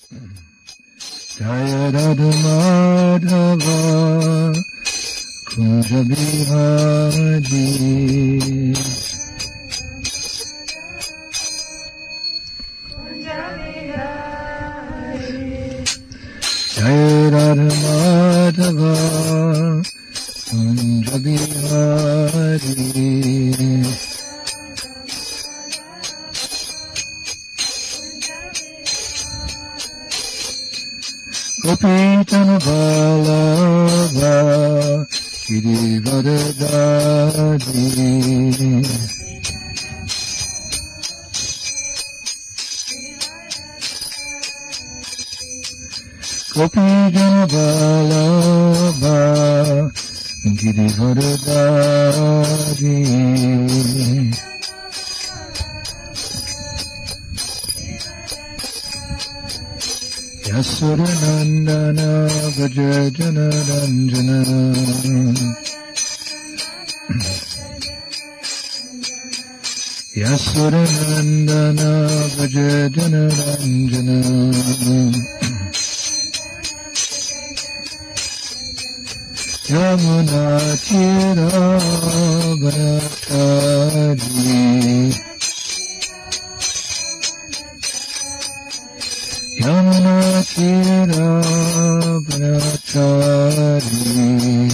Jaya Radha Madhava Kunja Bihari Jaya Radha Madhava Kunja Bihari Gopitana Vallabha Girivardhari Gopitana Vallabha Girivardhari Yasuranandana Vajajana Ranjana Yasuranandana Vajajana Ranjana Yamuna Tira Bharatari Yamuna Tira Bharatari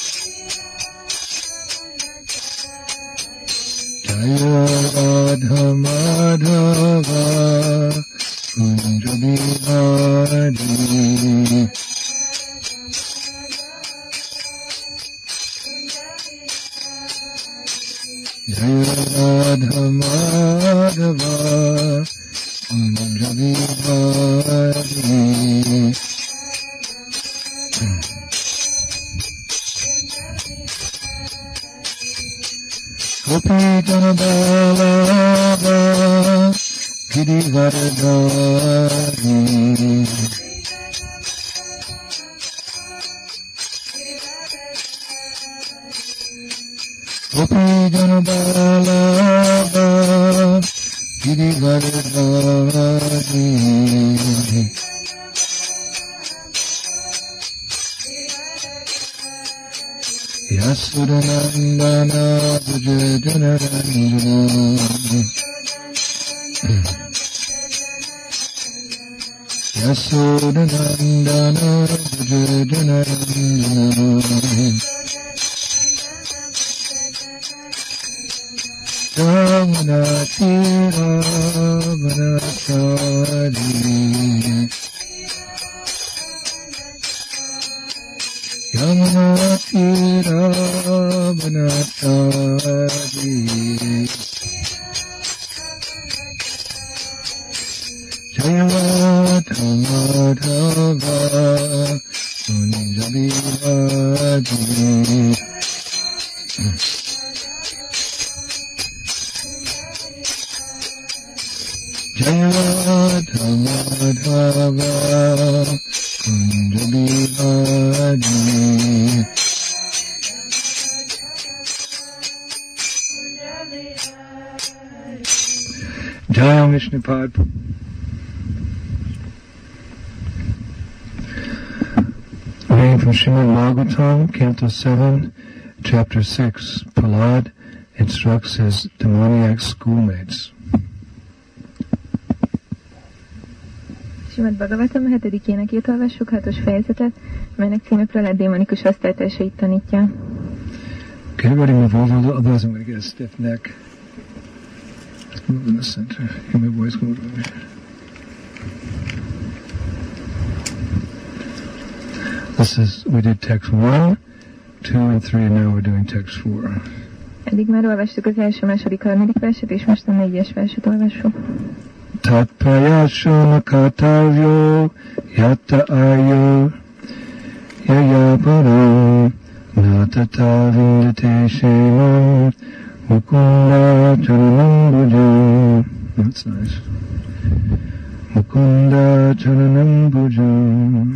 Jaya Radha Madhava Kunja Bihari Jaya Radha Madhava Kunja Bihari Gopitana Vallabha Girivardhari Gopitana Vallabha Girivardhari Yasuranandana Vajajana Ranjana Yasuranandana Vajajana Ranjana Yamuna Tira Bharatari Yamuna Tira Bharatari Jaya Radha Madhava Kunja Bihari Jaya Radha Madhava Kunja Bihari Jaya Vishnupad. Reading from Srimad Bhagavatam, Canto 7, Chapter 6. Prahlad instructs his demoniac schoolmates. Srimad Bhagavatam 7. olvassuk 6. fejezetet, melynek címe Prahlad démonikus osztálytársait tanítja. Okay, everybody move over a little, otherwise I'm going to get a stiff neck. Move in the center. Hear my voice go over there. We did text 1, 2, and 3, and now we're doing text 4. Eddig már olvastuk az első, második, harmadik verset, és most a 4. verset olvassuk. Tatpayasana katavyo yatta ayo yayaparo natata vindate shema mukunda charanambuja. That's nice. Mukunda charanambuja.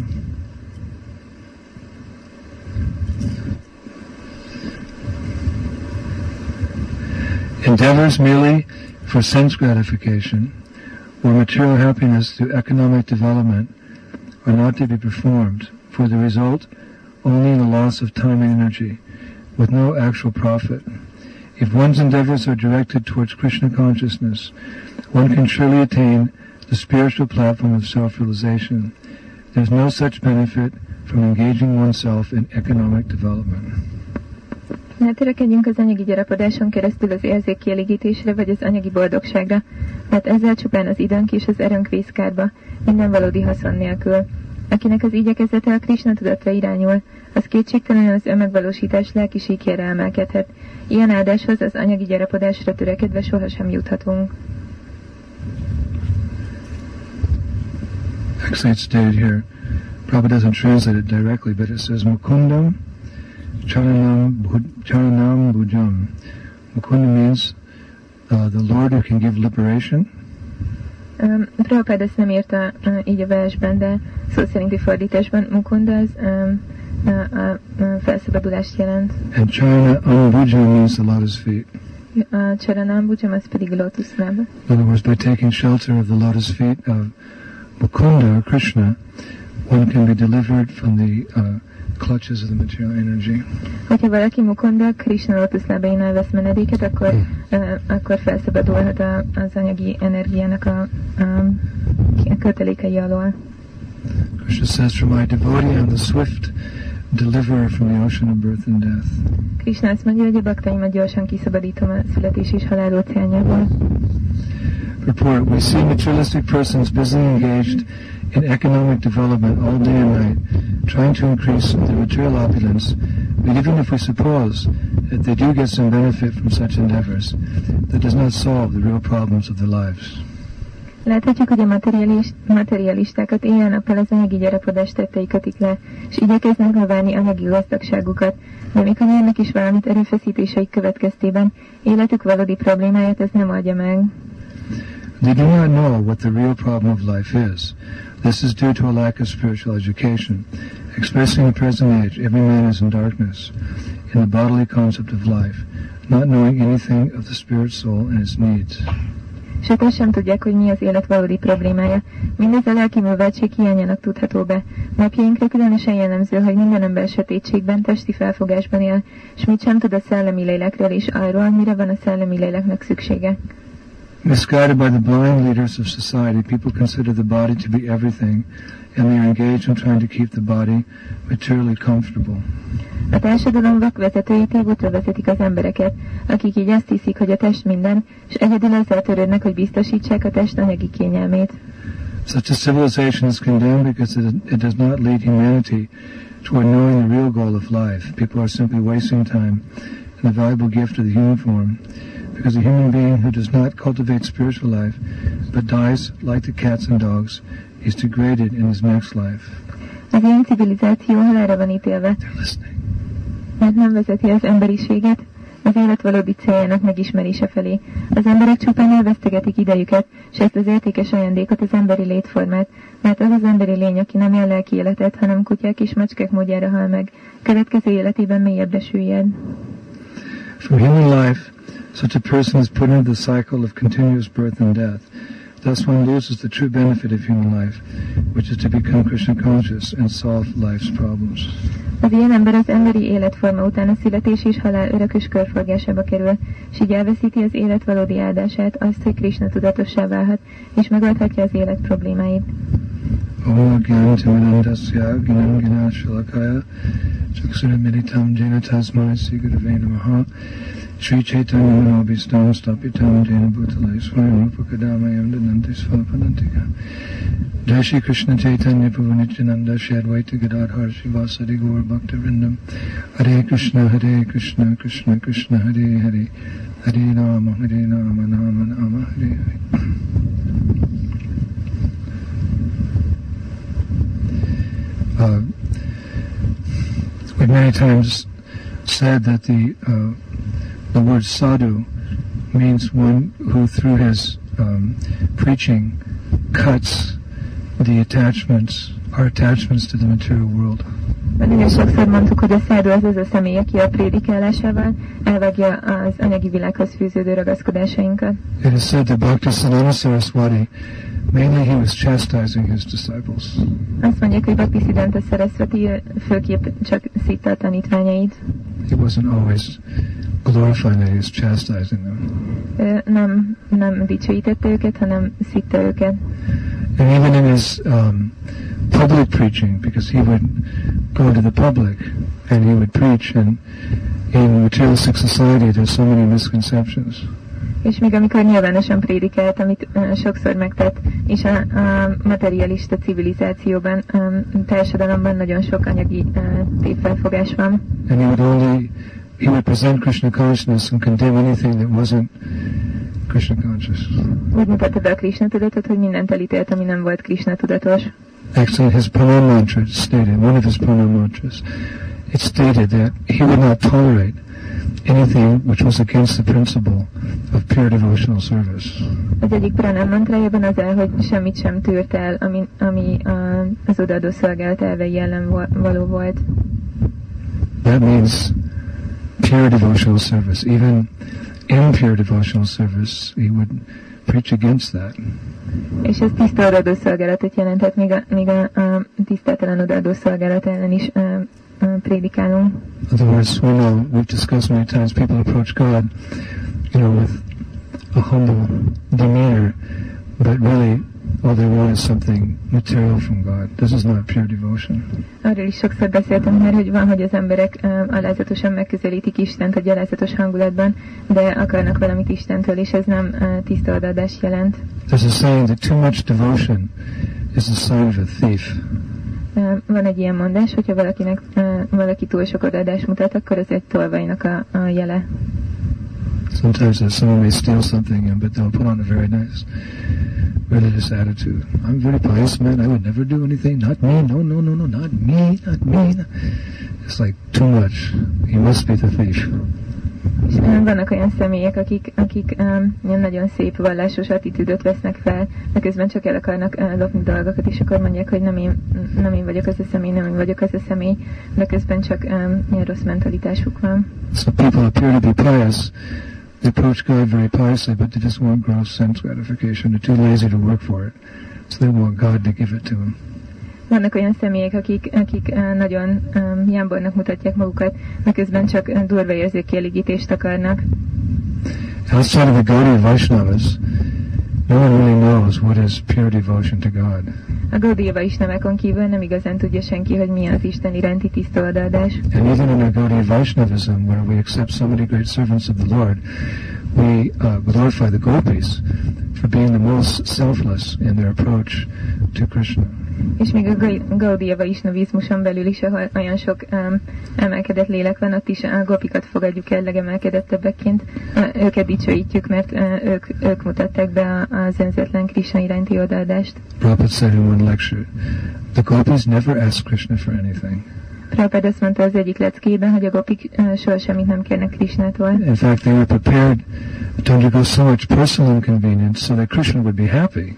Endeavors merely for sense gratification or material happiness through economic development are not to be performed, for the result only the loss of time and energy, with no actual profit. If one's endeavors are directed towards Krishna consciousness, one can surely attain the spiritual platform of self-realization. There is no such benefit from engaging oneself in economic development. Ne törekedjünk az anyagi gyarapodáson keresztül az érzék kielégítésre vagy az anyagi boldogságra, mert ezzel csupán az időnk és az erőnk vész kárba, minden valódi haszon nélkül. Akinek az igyekezete a Krishna tudatra irányul, az kétségtelenül az önmegvalósítás lelki síkjára emelkedhet. Ilyen áldáshoz az anyagi gyarapodásra törekedve sohasem juthatunk. Actually, it's stated here. Prabhupada doesn't translate it directly, but it says Mukundam Charanam Bhujam. Mukunda means the Lord who can give liberation. Prabhupada ezt nem írta így a versben, de szó szerinti fordításban Mukunda az a felszabadulást jelent. And Charanam Bhujam means the lotus feet. A Charanam Bhujam az pedig lótuszláb. In other words, by taking shelter of the lotus feet of Mukunda or Krishna, one can be delivered from the clutches of the material energy. Hogyha valaki Mukunda, Krishna lótuszlábainál vesz menedéket, akkor felszabadulhat az anyagi energiának a kötelékei alól. Krishna says, "For my devotee, I'm the swift deliverer from the ocean of birth and death." Krishna azt mondja, hogy a baktaimat gyorsan kiszabadítom a születés és halál óceánjából. Report: we see materialistic persons busily engaged in economic development all day and night, trying to increase their material opulence, but even if we suppose that they do get some benefit from such endeavors, that does not solve the real problems of their lives. Láthatjuk, hogy a materialistákat éjjel-nappal az anyagi gyarapodás tettei kötik le, és igyekeznek növelni anyagi gazdagságukat, de mikor nyernek is valamit erőfeszítéseik következtében, életük valódi problémáját ez nem oldja meg. They do not know what the real problem of life is. This is due to a lack of spiritual education. Expressing in the present age, every man is in darkness, in the bodily concept of life, not knowing anything of the spirit soul and its needs. Sőt, azt sem tudják, hogy mi az élet valódi problémája. Mindez a lelki műveltség hiányának tudható be. Napjainkra különösen jellemző, hogy minden ember sötétségben, testi felfogásban él, és mit sem tud a szellemi lélekről és arról, mire van a szellemi léleknek szüksége. Misguided by the blind leaders of society, people consider the body to be everything, and they are engaged in trying to keep the body materially comfortable. A társadalom vakvezetői tévútra vezetik az embereket, akik így azt hiszik, hogy a test minden, és egyedül ezzel törődnek, hogy biztosítsák a test anyagi kényelmét. Such a civilization is condemned because it does not lead humanity toward knowing the real goal of life. People are simply wasting time and the valuable gift of the human form, because a human being who does not cultivate spiritual life, but dies like the cats and dogs, is degraded in his next life. Az ilyen civilizáció halálra van ítélve, mert nem vezeti az emberiséget az élet valódi céljának megismerése felé. Az emberek csupán elvesztegetik idejüket, és ezt az értékes ajándékot, az emberi létformát, mert az az emberi lény, aki nem él lelki életet, hanem kutyák és macskák módjára hal meg, következő életében mélyebbre süllyed. From human life, such a person is put into the cycle of continuous birth and death. Thus one loses the true benefit of human life, which is to become Krishna conscious and solve life's problems. Az ilyen ember az emberi életforma után a születés és halál örökös körforgásába kerül, és így elveszíti az élet valódi áldását, azt, hogy Krishna tudatossá válhat, és megoldhatja az élet problémáit. Om Gyan Timirandasya Ginam Ginashalakaya Chaksura Meditam Jena Tasmai Sigurave Namaha Sri Chaitanya Manobhistam Stapitam Jena Bhutale Swayam Upakadamayam Dananti Svapanantika Jai Shri Krishna Chaitanya Prabhu Nityananda Shri Advaita Gadadhar Shivasadi Gaur Bhakta Vrindam Hare Krishna Krishna Krishna Hare Hare Hare Rama Rama Rama Hare Hare. We've many times said that the word sadhu means one who through his preaching cuts the our attachments to the material world. Nagyon sokszor mondtuk, hogy a szádu az a személy, aki a prédikálásával elvágja az anyagi világhoz fűződő ragaszkodásainkat. It is said that Bhaktisiddhanta Saraswati Mainly he was chastising his disciples. Azt mondják, hogy Bhaktisiddhanta Saraswati főképp csak szitta a tanítványait. He wasn't always glorifying that he was chastising them. Nem dicsőítette őket, hanem szitta őket. And even in his public preaching, because he would go to the public and he would preach, and in materialistic society there's so many misconceptions. És még amikor nyilvánosan prédikált, amit sokszor megtett, és a materialista civilizációban, társadalomban nagyon sok anyagi tévfelfogás van. And he would present Krishna consciousness and condemn anything that wasn't Krishna conscious. Úgy mutatta be a Krishna tudatot, hogy mindent elítélt, ami nem volt Krishna tudatos. Actually, his pranam mantra stated, one of his pranam mantras, it stated that he would not tolerate anything which was against the principle of pure devotional service. Az egyik pranam mantrájában az el, hogy semmit sem tűrt el, ami az odaadó szolgálat elvei ellen való volt. That means pure devotional service. Even impure devotional service, he would preach against that. És ez tiszta odaadó szolgálatot jelentett, míg a tisztátalan odaadó szolgálat ellen is prédikálunk. In other words, we know, we've discussed many times, people approach God, with a humble demeanor, but really all they want is something material from God. This is not pure devotion. Arról is sokszor beszéltem már, hogy van, hogy az emberek alázatosan megközelítik Istent a gyalázatos hangulatban, de akarnak valamit Istentől, és ez nem tiszta odaadást jelent. There's a saying that too much devotion is a sign of a thief. Van egy ilyen mondás, hogyha valaki túl sok odaadást mutat, akkor ez egy tolvajnak a jele. Sometimes someone may steal something, but they'll put on a very nice religious attitude. I'm a very pious man. I would never do anything. Not me. No, not me. It's like too much. He must be the thief. És vannak olyan személyek, akik nagyon szép vallásos attitűdöt vesznek fel, de közben csak el akarnak lopni dolgokat, és akkor mondják, hogy nem én vagyok az a személy, de közben csak ilyen rossz mentalitásuk van. So people appear to be pious. They approach God very piously, but they just want gross sense gratification. They're too lazy to work for it, so they want God to give it to them. Vannak olyan személyek, akik nagyon jámbornak mutatják magukat, de közben csak durva érzékkielégítést akarnak. Outside of the Gaudiya Vaishnavas, no one really knows what is pure devotion to God. A Gaudiya Vaishnavakon kívül nem igazán tudja senki, hogy mi az Isten iránti tiszta odaadás. And even in our Gaudiya Vaishnavism, where we accept so many great servants of the Lord, we glorify the gopis for being the most selfless in their approach to Krishna. És még a Gaudiya Vaishnavizmuson belül is, ahol olyan sok emelkedett lélek van, ott is a gopikat fogadjuk el legemelkedettebbeként. Őket dicsőítjük, mert ők mutatták be az önzetlen Krishna iránti odaadást. Prabhupada said in one lecture, the gopis never ask Krishna for anything. Prabhupada azt mondta az egyik leckében, hogy a gopik soha semmit nem kérnek Krishnától. In fact, they were prepared to undergo so much personal inconvenience so that Krishna would be happy.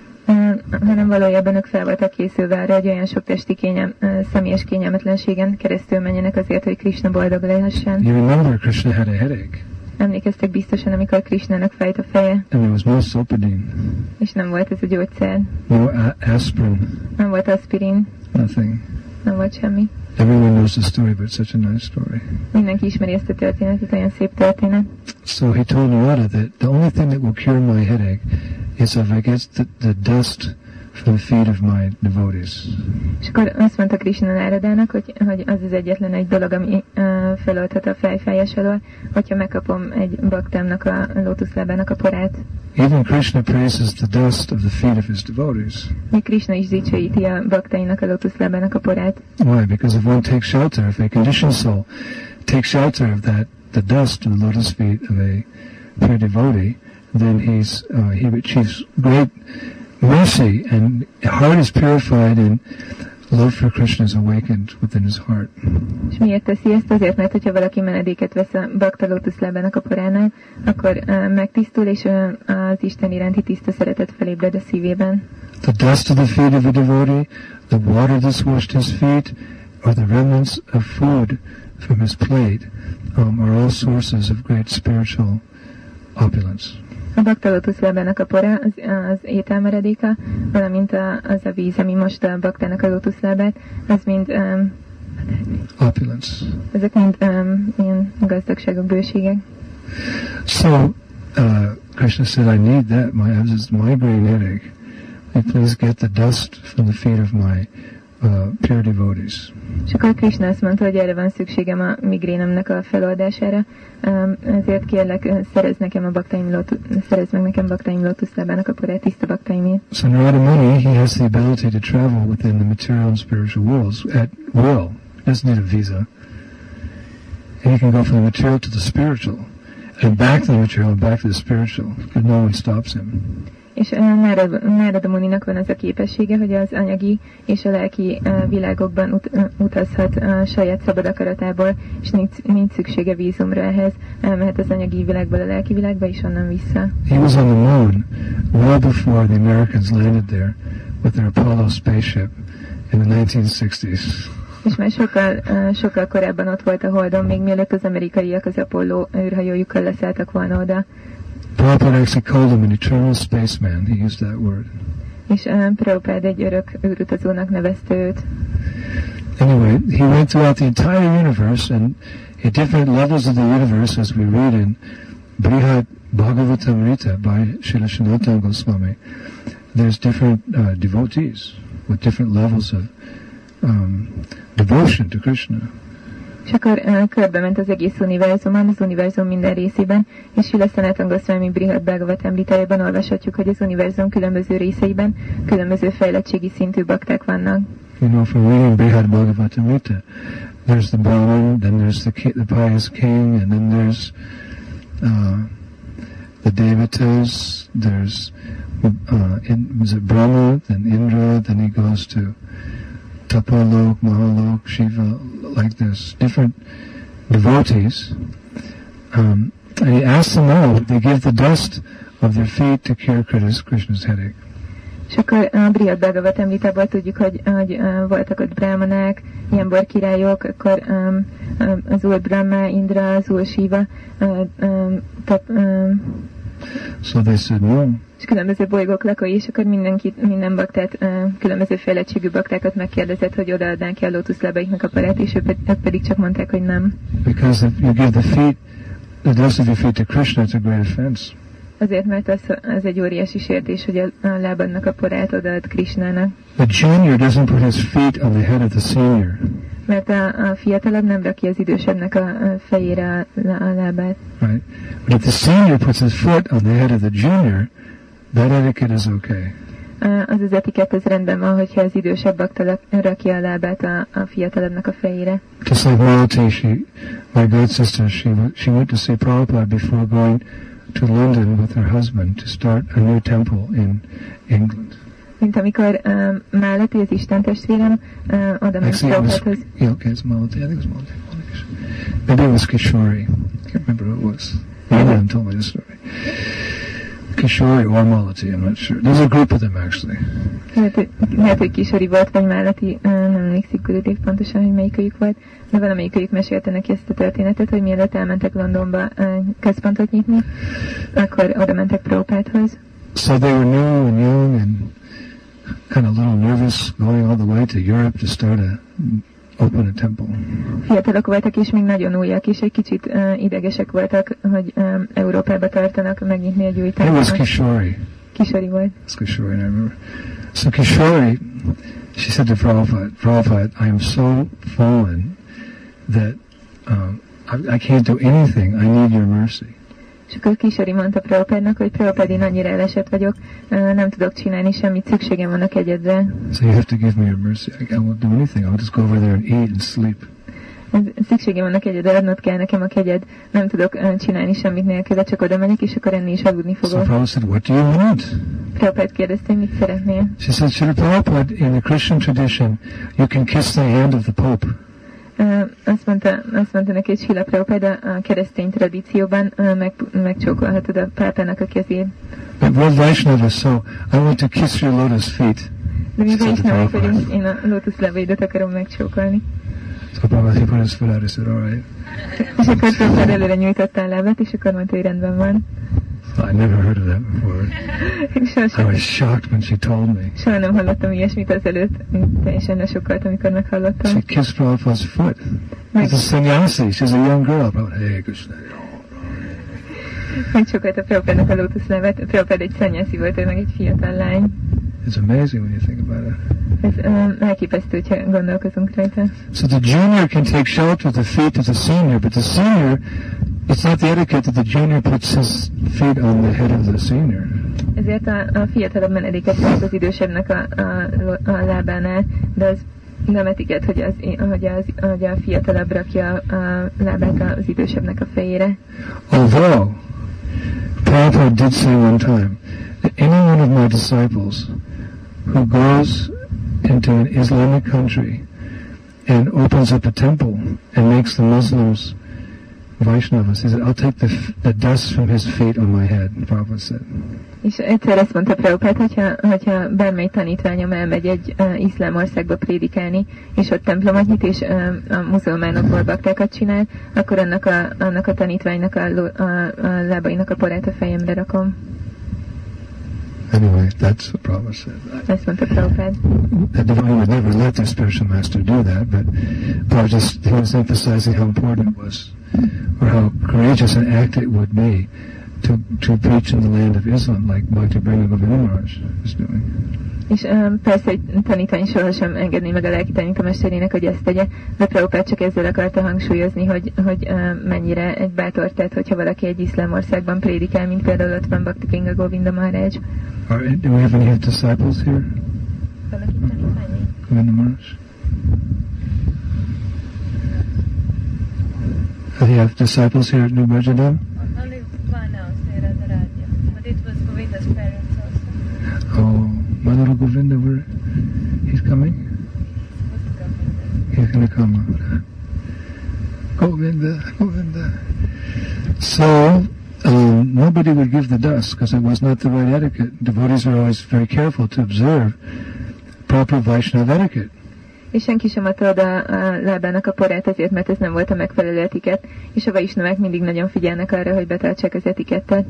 Hanem valójában ők fel voltak készülve arra, hogy olyan sok testi személyes kényelmetlenségen keresztül menjenek azért, hogy Krishna boldog lehessen. You remember Krishna had a headache. Emlékeztek biztosan, amikor Krishnának fájt a feje. And there was no Sopadine. És nem volt ez a gyógyszer. No aspirin. Nem volt aspirin. Nothing. Nem volt semmi. Everyone knows the story, but it's such a nice story. Mindenki ismeri ezt a történetet, olyan szép történet. So he told Narada that the only thing that will cure my headache is if I get the dust from the feet of my devotees. És akkor azt mondta Krishna Náradának, hogy az az egyetlen egy dolog, ami feloldhat a fejfájás alól, hogyha megkapom egy baktámnak a lótuszlábának a porát. Even Krishna praises the dust of the feet of his devotees. Még Krishna is dicsőíti a baktáinak a lótuszlábának a porát. Why? Because if one takes shelter, if a conditioned soul takes shelter of the dust of the lotus feet of a pure devotee, then he achieves great mercy, and heart is purified, and love for Krishna is awakened within his heart. És miért teszi ezt? Azért, mert hogyha valaki menedéket vesz a bakta lótuszlábának a poránál, akkor megtisztul, és az Isten iránti tiszta szeretet felébred a szívében. The dust of the feet of a devotee, the water that's washed his feet, or the remnants of food from his plate are all sources of great spiritual opulence. A bakta lótuszlábának a pora, az ételmaradéka, valamint az a víz, ami most a baktának a lótuszlábát, az mind opulence. ezek mind ilyen gazdagságok, bőségek. So Krishna said, I need that. I have this migraine headache. Please get the dust from the feet of my pure devotees. És akkor Krishna azt mondta, hogy erre van szükségem a migrénemnek a feloldására, ezért kérlek, szerezd meg nekem baktáim lótuszlábának a porát, tiszta baktáimért. So Narada Muni, he has the ability to travel within the material and spiritual worlds at will. He doesn't need a visa. And he can go from the material to the spiritual, and back to the material and back to the spiritual, because no one stops him. És Nárada Muninak van az a képessége, hogy az anyagi és a lelki világokban utazhat a saját szabad akaratából, és nincs szüksége vízumra ehhez, elmehet az anyagi világból a lelki világba, és onnan vissza. He was on the moon well before the Americans landed there with their Apollo spaceship in the 1960s. És már sokkal korábban ott volt a Holdon, még mielőtt az amerikaiak az Apollo űrhajójukkal leszálltak volna oda. Prabhupada actually called him an eternal spaceman. He used that word. És Prabhupada egy örök űrutazónak nevezte őt. Anyway, he went throughout the entire universe, and at different levels of the universe, as we read in Brihad Bhagavatamrita by Srila Sanatana Goswami, there's different devotees with different levels of devotion to Krishna. És akkor körbe ment az egész univerzumon, az univerzum minden részében, és Srila Sanatana Goswami Brihad Bhagavatamritájában olvashatjuk, hogy az univerzum különböző részeiben különböző fejlettségi szintű bakták vannak. You know, from reading Brihad Bhagavatamrita, there's the Brahman, then there's the pious king, and then there's the Devatas, there's was it Brahma, then Indra, then he goes to Tapalok, Mahalok, Shiva, like this, different devotees. And he asks them all, would they give the dust of their feet to cure Krishna's headache? És akkor a Brihad Bhagavatamritából tudjuk, hogy voltak ott brahmanák, ilyenbor királyok, akkor az úr Brahma, Indra, az úr Shiva, So they said no. És különböző bolygók lakói, és akkor minden baktát, különböző fejlettségű baktákat megkérdezett, hogy odaadnák-e a lótuszlábaiknak a parát, és ők pedig csak mondták, hogy nem. Because if you give the dust of your feet to Krishna, it's a great offense. Azért, mert az egy óriási sértés, hogy a lábadnak a porát odaad Krishnának. The junior doesn't put his feet on the head of the senior. Mert a fiatalabb nem rakja az idősebbnek a fejére a lábát. Right. But if the senior puts his foot on the head of the junior, that etiquette is okay. Az etikett az rendben van, hogyha az idősebb bakta rakja a lábát a fiatalabbnak a fejére. Just like Malati, my god sister, she went to see Prabhupada before going to London with her husband to start a new temple in England. Mint amikor Málati, az Isten testvérem, oda ment Prabhupádhoz. Yeah, okay, it's Malati. I think it was Malati. Maybe it was Kishori. I can't remember who it was. Anyone told me the story. Kishori or Malati, I'm not sure. There's a group of them actually. Lehet, hogy Kishori volt, vagy Málati, nem emlékszik Gurudev pontosan, hogy melyikőjük volt, de valamelyikőjük mesélte neki ezt a történetet, hogy mielőtt elmentek Londonba központot nyitni, akkor oda mentek Prabhupádhoz. So they were new and young and kind of a little nervous going all the way to Europe to start open a temple. Fiatalok voltak és még nagyon újak, és egy kicsit idegesek voltak, hogy Európába tartanak megnyitni egy új templomot. It was Kishori. Kishori volt. It's Kishori, I remember. So Kishori, she said to Prabhupada, I am so fallen that I can't do anything. I need your mercy. És akkor Kishori mondta Prabhupádnak, hogy Prabhupád, én annyira elesett vagyok, nem tudok csinálni semmit, szükségem van a kegyedre. So you have to give me your mercy. I won't do anything. I'll just go over there and eat and sleep. Szükségem van a kegyedre, adnod kell nekem a kegyed. Nem tudok csinálni semmit nélküle, csak oda megyek, és akkor enni is aludni fogok. So Prabhupada said, what do you want? Prabhupád kérdezte, hogy mit szeretnél. She said, Srila Prabhupada, in the Christian tradition, you can kiss the hand of the Pope. Azt mondta neki, hogy Srila Prabhupád, a keresztény tradícióban megcsókolhatod a pápának a kezét. But we're Vaishnavas, so I want to kiss your lotus feet. De mi Vaishnavak vagyunk, én a lótuszlábaidat akarom megcsókolni. So Prabhupada, he put his foot out, he said, all right. És akkor Prabhupád előre nyújtotta a lábát, és akkor mondta, hogy rendben van. I never heard of that before. I was shocked when she told me. Soha nem hallottam ilyesmit azelőtt, teljesen lesokkolt, amikor meghallottam. She kissed Prabhupada's foot. She's a sannyasi. She's a young girl. Prabhupada, hey, Krishna. Megcsókolt a Prabhupádnak a lótuszlevet. Prabhupád egy sannyasi volt, ő meg egy fiatal lány. It's amazing when you think about it. Ez elképesztő, hogyha gondolkozunk rajta. So the junior can take shelter at the feet of the senior, but the senior, it's not the etiquette that the junior puts his feet on the head of the senior. Ezért a fiatalabb menedéket az idősebbnek a lábánál, de az nem etikett, hogy a fiatalabb rakja a lábát az idősebbnek a fejére. Although Prabhupada did say one time that any one of my disciples who goes into an Islamic country and opens up a temple and makes the Muslims Vaishnavas, he said, I'll take the dust from his feet on my head, Prabhupada said. És egyszer ezt mondta Prabhupád, hogyha bármely tanítványom elmegy egy iszlám országba prédikálni, és ott templomot nyit, és a muzulmánokból baktákat csinál, akkor annak a tanítványnak a lábainak a porát a fejemre rakom. Anyway, that's what Prabhupada said. Ezt mondta Prabhupád. The devotee would never let their spiritual master do that, but Prabhupada he was emphasizing how important it was, or how courageous an act it would be to preach in the land of Islam, like Bhakti Brahma Govinda Maharaj is doing. És persze egy tanítvány sohasem engedné meg a lelki tanítómesterének, hogy ezt tegye, de Prabhupád csak ezzel akarta hangsúlyozni, hogy mennyire egy bátor tett, hogyha valaki egy iszlám országban prédikál, mint például ott van Bhakti Brahma Govinda Maharaj. Do we have any disciples here? Valaki tanítványai? Govinda Maharaj? Do you have disciples here at New Bajadam? Only one now, Radha, but it was Govinda's parents also. Oh, my little Govinda, he's coming? He's going to come. Govinda. So, nobody would give the dust because it was not the right etiquette. Devotees are always very careful to observe proper Vaishnava etiquette. És senki sem adta oda a lábának a porát azért, mert ez nem volt a megfelelő etikett, és a vaisnavák mindig nagyon figyelnek arra, hogy betartsák az etikettet.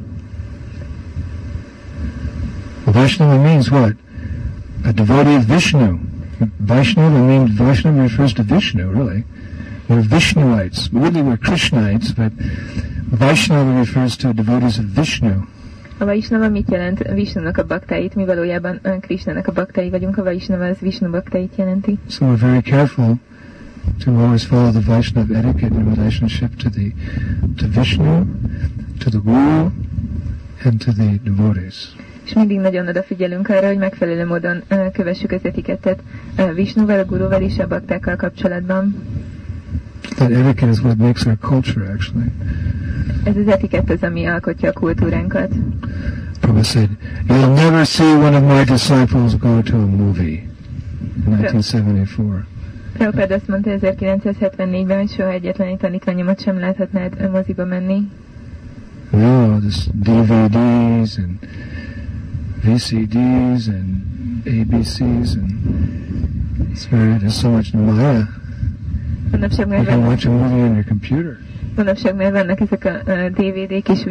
Vaishnava means what? A devotee of Vishnu. Vaishnava means Vaishnava refers to Vishnu, really. We're Vishnuites. Really, we're Krishnaites, but Vaishnava refers to devotees of Vishnu. A Vaisnava mit jelent? Vishnunak a baktáit, mi valójában Krishnának a baktái vagyunk, a Vaisnava az Vishnu baktáit jelenti. So we're very careful to always follow the Vaishnava etiquette in relationship to Vishnu, to the Guru, and to the devotees. És mindig nagyon odafigyelünk arra, hogy megfelelő módon kövessük az etikettet Vishnuval, a Guruval és a baktákkal kapcsolatban. That etiquette is what makes our culture, actually. Ez az etikett az, ami alkotja a kultúránkat. Prabhupada said, you'll never see one of my disciples go to a movie. 1974. Prabhupada azt mondta 1974-ben, hogy soha egyetlen tanítványomat sem láthatnád moziba menni. No, this DVDs and VCDs and ABCs and there's so much Maya. You can watch a movie on your computer. Manapság már vannak ezek a DVD-k és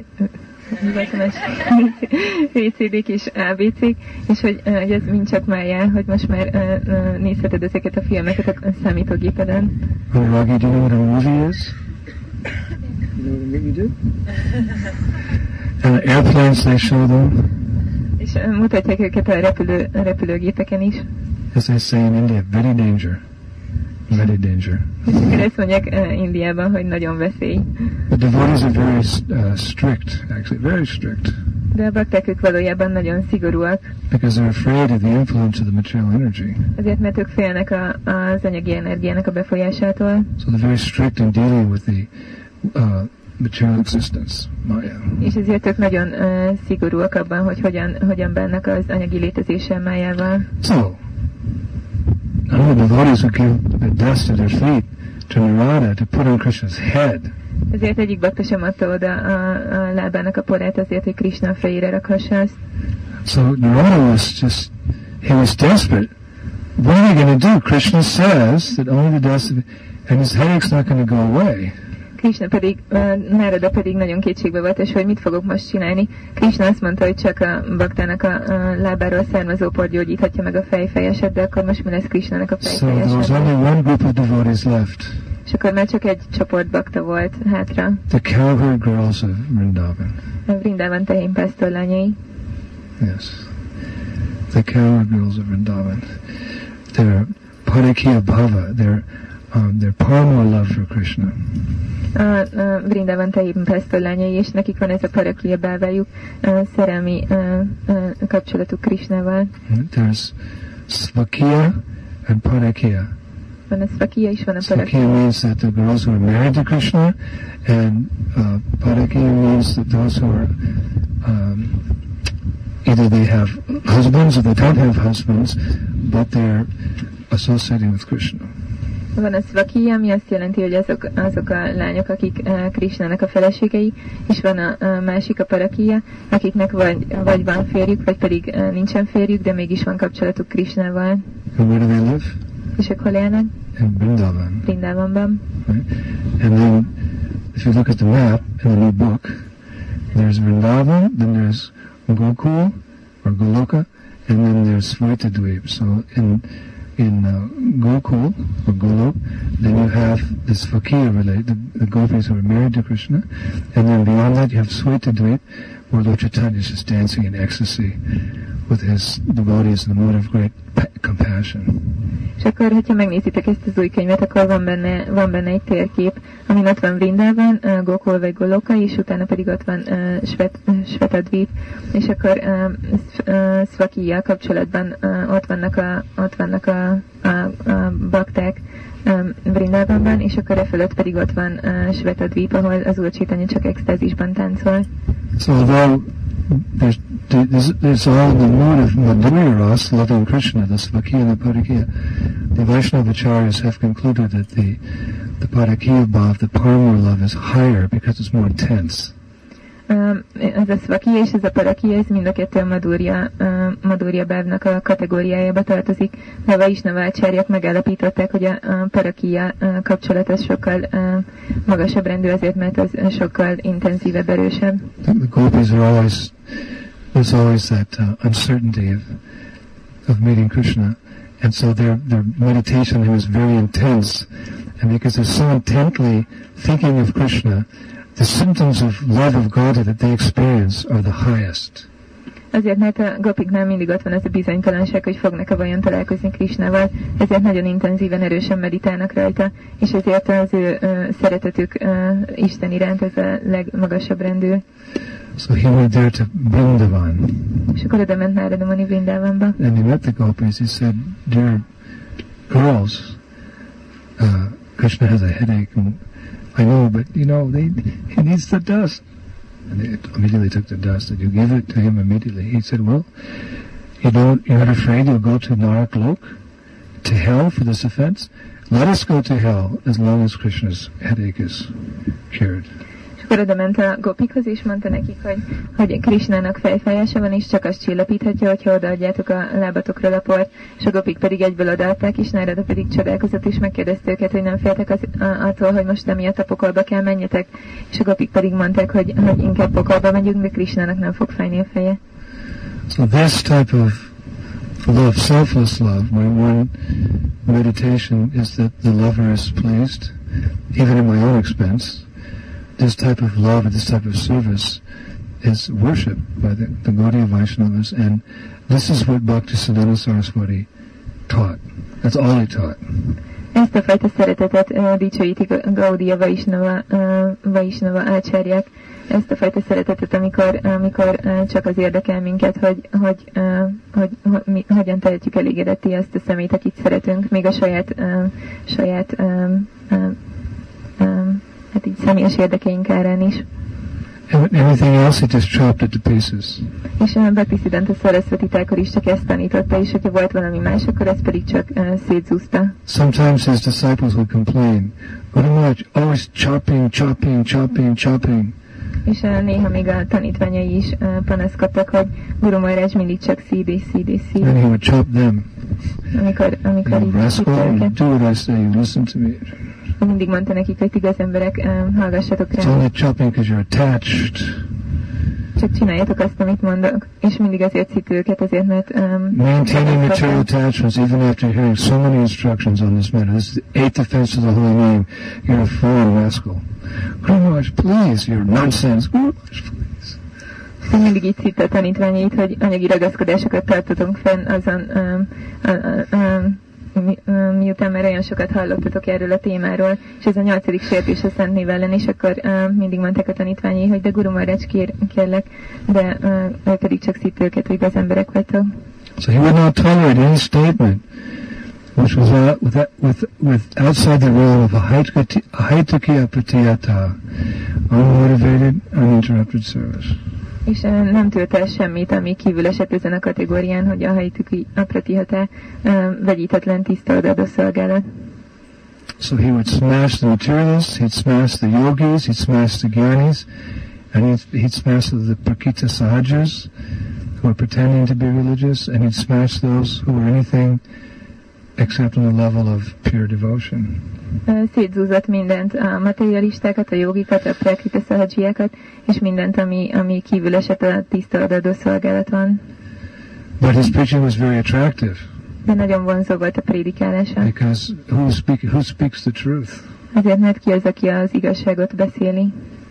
VCD-k és ABC-k, és hogy ez mind csak májá, hogy most már nézheted ezeket a filmeket a számítógépeden. Raghi, do you know what a movie is? You know what a movie do? And airplanes, they show them. És mutatják őket a repülőgépeken is. As they say in India, very danger. Very danger. És akkor ezt mondják Indiában, hogy nagyon veszély. The devotees are very strict, actually, very strict. De a bakták ők valójában nagyon szigorúak. Because they're afraid of the influence of the material energy. Azért, mert ők félnek az anyagi energiának a befolyásától. So they're very strict in dealing with the material existence, Maya. És ezért ők nagyon szigorúak abban, hogy hogyan bánnak az anyagi létezéssel májával. So, none of the devotees would give the dust of their feet to Narada to put on Krishna's head. Ezért egyik bakta sem adta oda a lábának a porát azért, hogy Krishna a fejére rakhassa azt. So Narada was he was desperate. What are we going to do? Krishna says that only the dust of, and his headache's not going to go away. Krishna pedig, Nárada pedig nagyon kétségbe volt, és hogy mit fogok most csinálni. Krishna azt mondta, hogy csak a baktának a lábáról származó por gyógyíthatja meg a fejfejeset, de akkor most mi lesz Krishnának a fejfejeset? So there was only one group of devotees left. És akkor már csak egy csoport bakta volt hátra. The cowherd girls of Vrindavan. A Vrindavan tehénpásztor lányai. Yes. The cowherd girls of Vrindavan. They're Parakya Bhava. They're Parama love for Krishna. A Vrindavan tehénpásztor lányai, és nekik van ez a Parakya Bhávájuk, szerelmi kapcsolatuk Krishnával. There's Svakya and Parakya. Van a Svakya is, van a Svakya Parakya. means that the girls who are married to Krishna, and Parakya means that those who are either they have husbands or they don't have husbands, but they're associating with Krishna. Van a Svakya, ami azt jelenti, hogy azok a lányok, akik Krishnának a feleségei, és van a másik, a Parakya, akiknek vagy van férjük, vagy pedig nincsen férjük, de mégis van kapcsolatuk Krishnával. And where do they live? És ők hol élnek? In Vrindavan. Vrindavanban. Right? And then, if you look at the map in the new book, there's Vrindavan, then there's Gokul or Goloka, and then there's Svaitadweep. So in Gokul or Golok, then you have this Fakir related, the gopis who are married to Krishna, and then beyond that you have Svaitadweep, where Lord Chaitanya is just dancing in ecstasy with his devotees in the mood of great compassion. És akkor, hogyha megnézitek ezt az új könyvet, akkor van benne egy térkép, amin ott van Vrindavan, Gokul vagy Goloka, és utána pedig ott van Svetadvip, és akkor Svakya kapcsolatban ott vannak a bakták Vrindavanban, és akkor e fölött pedig ott van Svetadvip, ahol az Úr Chaitanya csak extázisban táncol. So although there's all the mood of Madhurya Ras, loving Krishna, the Svakya and the Parakya, the Vaishnavacharyas have concluded that the Parakya bhav, the Parama love, is higher because it's more intense. Ez a Svakya és ez a Parakya, ez mind a kettő a Madhurya bhávnak a kategóriájába tartozik. De a Vaishnavacharyák megállapították, hogy a Parakya kapcsolat az sokkal magasabb rendű, azért mert az sokkal intenzívebb, erősebb. The gopis are there's always that uncertainty of meeting Krishna, and so their meditation was very intense, and because they're so intently thinking of Krishna, the symptoms of love of God that they experience are the highest. Azért, mert a gopiknál mindig ott van ez a bizonytalanság, hogy fognak-e vajon találkozni Krishnával, ezért nagyon intenzíven, erősen meditálnak rajta, és ezért az ő szeretetük Isten iránt ez a legmagasabb rendű. So he went there to Vrindavan. És akkor oda ment Nárada Muni Vrindavanba. And he met the gopis. He said, "Dear girls, Krishna has a headache, and I know, but he needs the dust." And they immediately took the dust, and you give it to him immediately. He said, "Well, you're not afraid you'll go to Naraklok, to hell for this offense? Let us go to hell as long as Krishna's headache is cured." Akkor oda ment a gopikhoz, és mondta nekik, hogy Krishnának fejfájása van, és csak azt csillapíthatja, hogyha odaadjátok a lábatokról a port, és a gopik pedig egyből odaadták, és Nárada pedig csodálkozott, és megkérdezte őket, hogy nem féltek attól, hogy most emiatt a pokolba kell menjetek, és a gopik pedig mondták, hogy inkább pokolba megyünk, de Krishnának nem fog fájni a feje. So this type of love, selfless love, my one meditation is that the lover is pleased, even at my own expense. This type of love and this type of service is worship by the Gaudiya Vaishnavas, and this is what Bhaktisiddhanta Saraswati taught. That's all he taught. Ezt a fajta szeretetet dicsőítik a Gaudiya Vaishnava ácsárják. Ezt a fajta szeretetet, amikor csak az érdekel minket, hogy hogyan tehetjük elégedetté azt a szemét, akit szeretünk, még a saját hát így személyes érdekeink árán is. Everything else he just chopped it to pieces. És Bhaktisiddhanta Saraswati is csak ezt tanította, és hogyha volt valami más, akkor ezt pedig csak szétzúzta. Sometimes his disciples would complain, Guru Maharaj, always chopping. És néha még a tanítványai is panaszkodtak, hogy Guru Maharaj mindig csak szíd. And he would chop them. Amikor így Rascal, do what I say, listen to me. mindig mondta nekik, hogy igaz emberek, hallgassatok It's rá. only chopping because you're attached. Csak csináljátok azt, amit mondok. És mindig azért szít őket, azért, mert... Maintaining material attachments even after hearing so many instructions on this matter. This is the 8th offense of the holy name. You're a fool rascal. Guru Maharaj, please, you're nonsense. Guru Maharaj, please. Mindig így szít a tanítványait, hogy anyagi ragaszkodásokat tartotunk fenn azon, miután már olyan sokat hallottatok erről a témáról, és ez a 8. sértés a Szent Név ellen, és akkor mindig mondták a tanítványai, hogy de Guru Maharaj, kérlek, de ő pedig csak szít őket, hogy az emberek vagytok. So he would not tolerate any statement which was with outside the realm of a haitaki pratiyata, unmotivated, uninterrupted service. És nem tűrt el semmit, ami kívül esett ezen a kategórián, hogy a haitaki apratihata vegyítetlen tiszta odaadó szolgálat. So he would smash the materialists, he'd smash the yogis, he'd smash the gyanis, and he'd smash the prakita sahajas who were pretending to be religious, and he'd smash those who were anything except on the level of pure devotion. Szétzúzott mindent, a materialistákat, a jogikat, a prakita szahajiákat, és mindent, ami kívül esett a tiszta odaadó szolgálaton. But his preaching was very attractive. De nagyon vonzó volt a prédikálása. Because who speaks the truth? Azért, mert ki az, aki az igazságot beszéli.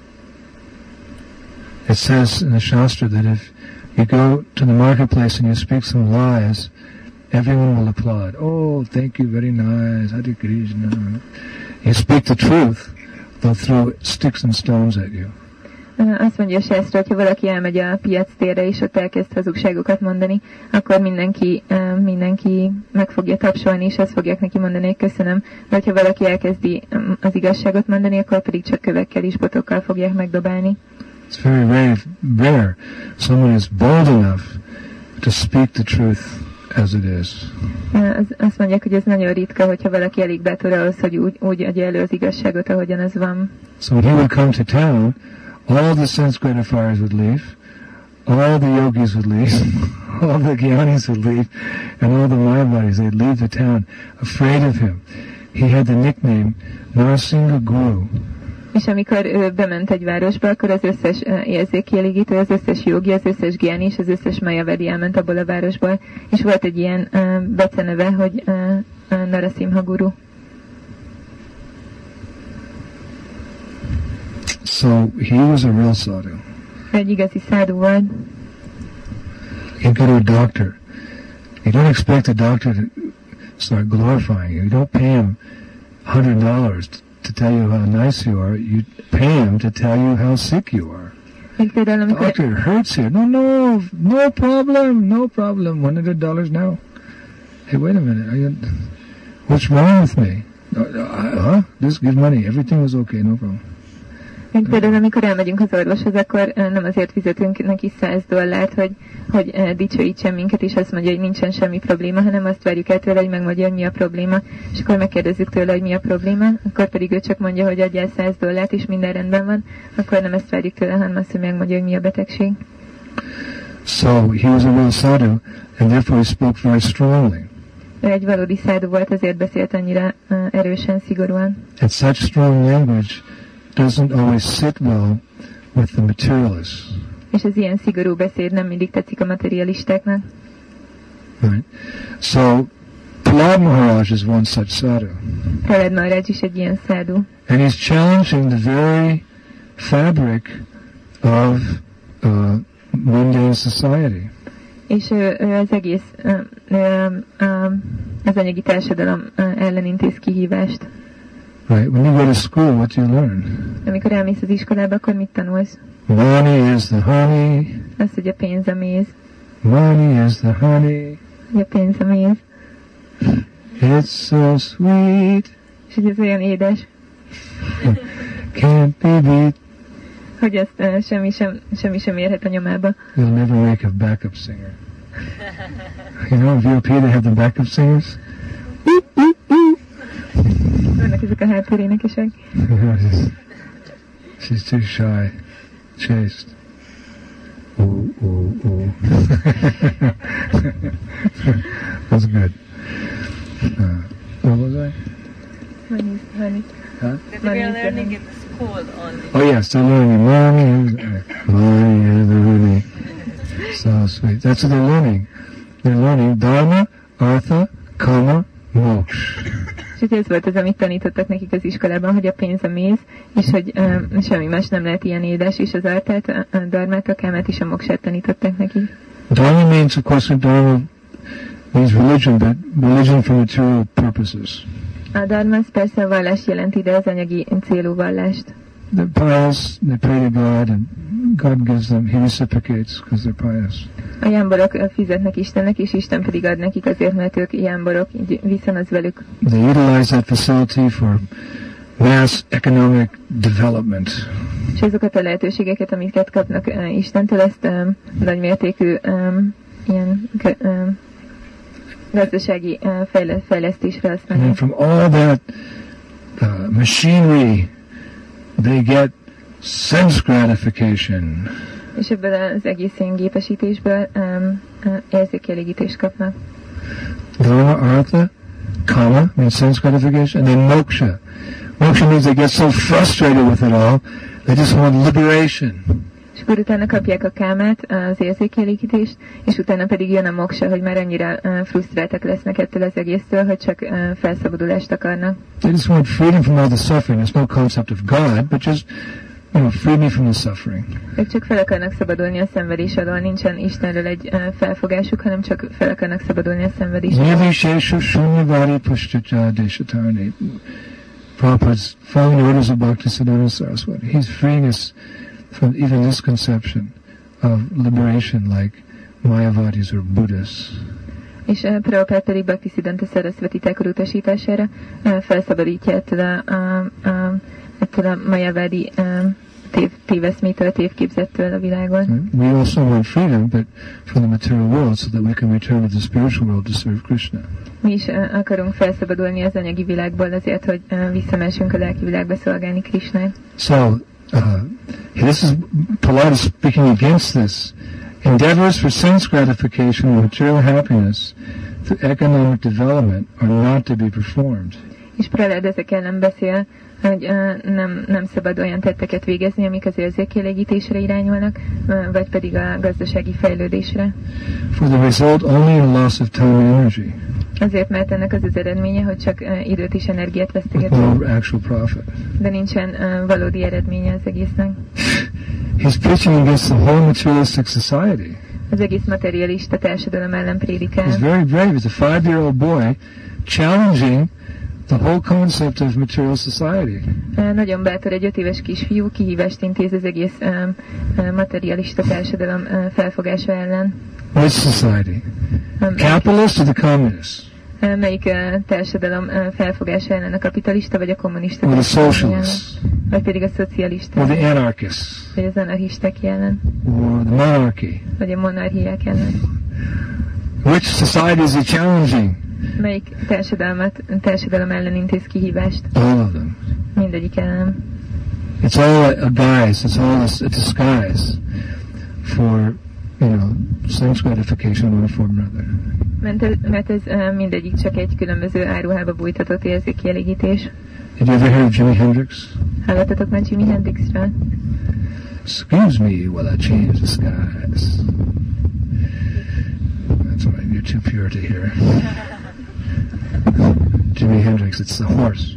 It says in the Shastra that if you go to the marketplace and you speak some lies, everyone will applaud. Oh, thank you, very nice. Hare Krishna. You speak the truth, they'll throw sticks and stones at you. Azt mondja a Sásztra, hogyha valaki elmegy a piac térre, és ott elkezd hazugságokat mondani, akkor mindenki meg fogja tapsolni, és azt fogják neki mondani, hogy köszönöm. De hogyha valaki elkezdi az igazságot mondani, akkor pedig csak kövekkel és botokkal fogják megdobálni. It's very rare someone is bold enough to speak the truth as it is. Azt mondják, hogy ez nagyon ritka, hogyha valaki elég bátor ahhoz, hogy úgy adja elő az igazságot, ahogyan az van. So when he would come to town, all the sense gratifiers would leave, all the yogis would leave, all the gyanis would leave, and all the mayavadis, they'd leave the town afraid of him. He had the nickname Narasingha Guru. És amikor ő bement egy városba, akkor az összes érzékkielégítő, az összes jogi, az összes gyáni és az összes mayavadi elment abból a városból, és volt egy ilyen beceneve, hogy Narasimha Guru. So he was a real sadhu. Egy igazi szádu volt. You go to a doctor. You don't expect the doctor to start glorifying you. You don't pay him $100 to tell you how nice you are. You pay him to tell you how sick you are. Doctor, it hurts here. No problem. $100 now. Hey, wait a minute. What's wrong with me? Just give money. Everything was okay. No problem. Mint például, amikor elmegyünk az orvoshoz, akkor nem azért fizetünk neki $100, hogy dicsőítsen minket, és azt mondja, hogy nincsen semmi probléma, hanem azt várjuk el tőle, hogy megmondja, hogy mi a probléma. És akkor megkérdezzük tőle, hogy mi a probléma, akkor pedig ő csak mondja, hogy adjál $100, és minden rendben van, akkor nem ezt várjuk tőle, hanem azt, hogy megmondja, hogy mi a betegség. So he was a real sadhu, and therefore he spoke very strongly. Ő egy valódi szádu volt, ezért beszélt annyira erősen, szigorúan. And such strong language doesn't always sit well with the materialists. És az ilyen szigorú beszéd nem mindig tetszik a materialistáknak. Right. So Prahlad Maharaj is one such sadhu. Prahlad Maharaj is egy ilyen szádu. And he's challenging the very fabric of mundane society. És ő az egész az anyagi társadalom ellen intéz kihívást. Right. When you go to school, what do you learn? Amikor elmész az iskolába, akkor mit tanulsz? Money is the honey. Azt, hogy a pénz a méz. Money is the honey. Hogy a pénz a méz. It's so sweet. És hogy ez olyan édes. Can't be beat. Hogy azt semmi sem érhet a nyomába. You'll never make a backup singer. You know, in VOP they have the backup singers. Vannak ezek a háttérénekesek. She's too shy. Chaste. Ooh. That's good. What was I? Money. Huh? That we are learning in school only. Oh yes, they're learning money. So sweet. That's what they're learning. They're learning dharma, artha, kama, moksha. És ez volt az, amit tanítottak nekik az iskolában, hogy a pénz a méz, és hogy semmi más nem lehet ilyen édes, és az artát, a dharmát, a kámát és a moksát tanították nekik. Dharma means, of course, dharma means religion, but religion for material purposes. A dharma az persze a vallás jelenti, de az anyagi célú vallást. They're pious, they pray to God, and God gives them, He reciprocates because they're pious. A jámborok fizetnek Istennek, és Isten pedig ad nekik azért, mert ők jámborok, így viszonaz velük. They utilize that facility for mass economic development. És azokat a lehetőségeket, amiket kapnak Istentől, ezt nagymértékű ilyen gazdasági fejlesztésre használják. And from all that machinery, they get sense gratification. És ebből az egész ilyen gépesítésből érzékielégítést kapnak. Dharma, artha, kama means sense gratification, and then moksha. Moksha means they get so frustrated with it all, they just want liberation. És akkor utána kapják a kámát, az érzékielégítést, és utána pedig jön a moksa, hogy már annyira frusztráltak lesznek ettől az egésztől, hogy csak felszabadulást akarnak. They just want freedom from all the suffering. There's no concept of God, but just, free me from the suffering. Ők csak fel akarnak szabadulni a szenvedés alól, nincsen Istenről egy felfogásuk, hanem csak fel akarnak szabadulni a szenvedés alól. Nirvishesha shunyavadi pushtacha deshatarni. Prabhupada's following the orders of Bhaktisiddhanta Saraswati. He's freeing us from even this conception of liberation like Mayavadis or Buddhists. És Prabhupád pedig Bhaktisiddhanta Saraswati Thakur utasítására felszabadítja ettől a Mayavadi téveszmétől, tévképzettől a világon. We also want freedom, but from the material world, so that we can return to the spiritual world to serve Krishna. Mi is akarunk felszabadulni az anyagi világból azért, hogy visszamessünk a lelki világba szolgálni Krishnát. So, this is Prahlada speaking against this. Endeavors for sense gratification and material happiness through economic development are not to be performed. És Prahlada ezek ellen beszél, hogy nem szabad olyan tetteket végezni, amik az érzékielégítésre irányulnak, vagy pedig a gazdasági fejlődésre. For the result only in loss of time and energy. Azért, mert ennek az az eredménye, hogy csak időt és energiát vesztegetünk. No actual profit. De nincsen valódi eredménye az egésznek. He's preaching against the whole materialistic society. Az egész materialista társadalom ellen prédikál. He's very brave. He's a 5-year-old boy challenging the whole concept of material society. Nagyon bátor, egy 5 éves kisfiú kihívást intéz az egész materialista társadalom felfogása ellen. Which society? Capitalist or the communist? Melyik társadalom felfogása ellen, a kapitalista vagy a kommunista? Or the socialist? Vagy pedig a szocialista? Or the anarchists? Vagy az anarchisták ellen? Or the monarchy? Vagy a monarchiák ellen? Which society is he challenging? Melyik társadalom ellen intéz kihívást? All of them. Mindegyik ellen. It's all a guise. It's all a disguise for, sense gratification in one form or another. Mert ez mindegyik csak egy különböző áruhába bújtatott érzékielégítés. Did you ever hear of Jimi Hendrix? Hallottatok már Jimi Hendrixről? Excuse me while I change the skies. That's right, you're too pure to hear. Jimi Hendrix, it's the horse.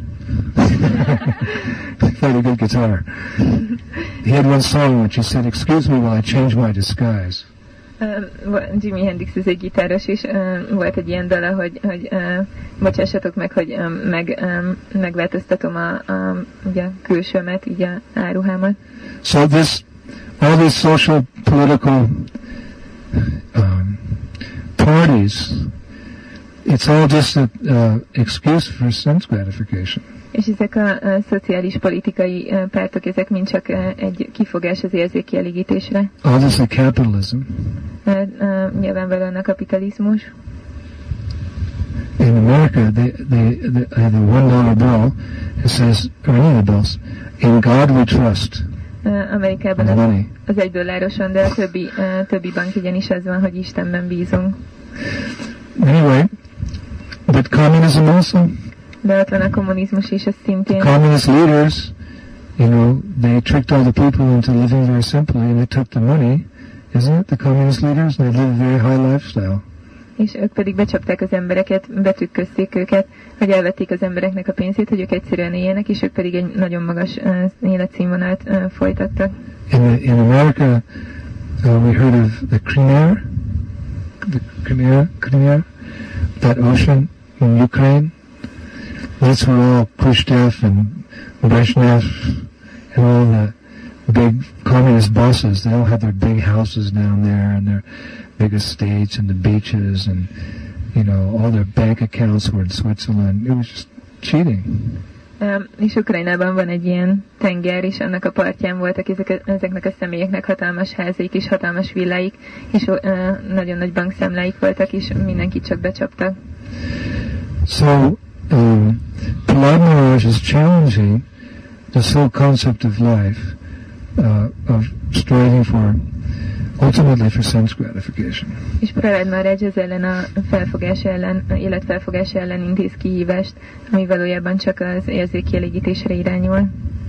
He played a good guitar. He had one song which he said, "Excuse me while I change my disguise." Jimi Hendrix ez egy gitáros, és volt egy ilyen dala, hogy bocsássatok meg, hogy megváltoztatom ugye, külsőmet, így a áruhámat. So all these social political parties, it's all just an excuse for sense gratification. És ezek a szociális politikai pártok, ezek mind csak egy kifogás az érzékielégítésre. Obviously capitalism. Nyilvánvalóan a kapitalizmus. In America, the $1 bill, it says, or any of the bills, in God we trust. Amerikában az $1, de a többi bankjegyen is az van, hogy Istenben bízunk. Anyway, but communism also? De ott van a kommunizmus is, ez szintén. The communist leaders, they tricked all the people into living very simply, and they took the money, isn't it? The communist leaders, they live a very high lifestyle. És ők pedig becsapták az embereket, betükközték őket, hogy elvették az embereknek a pénzét, hogy ők egyszerűen éljenek, és ők pedig egy nagyon magas életszínvonalat folytattak. In America, we heard of the Crimea, that ocean in Ukraine. That's where all Khrushchev and Brezhnev and all the big communist bosses, they all had their big houses down there and their big estates and the beaches and, all their bank accounts were in Switzerland. It was just cheating. És Ukrajnában van egy ilyen tenger, és annak a partján voltak ezeknek a személyeknek hatalmas házaik és hatalmas villáik, és nagyon nagy bankszámláik voltak, és mindenkit csak becsaptak. So, Prahlad Maharaj is challenging this whole concept of life, of striving ultimately for sense gratification. És Prahlad Maharaj ez ellen a életfelfogás ellen intéz kihívást, ami valójában csak az érzékkielégítésre irányul.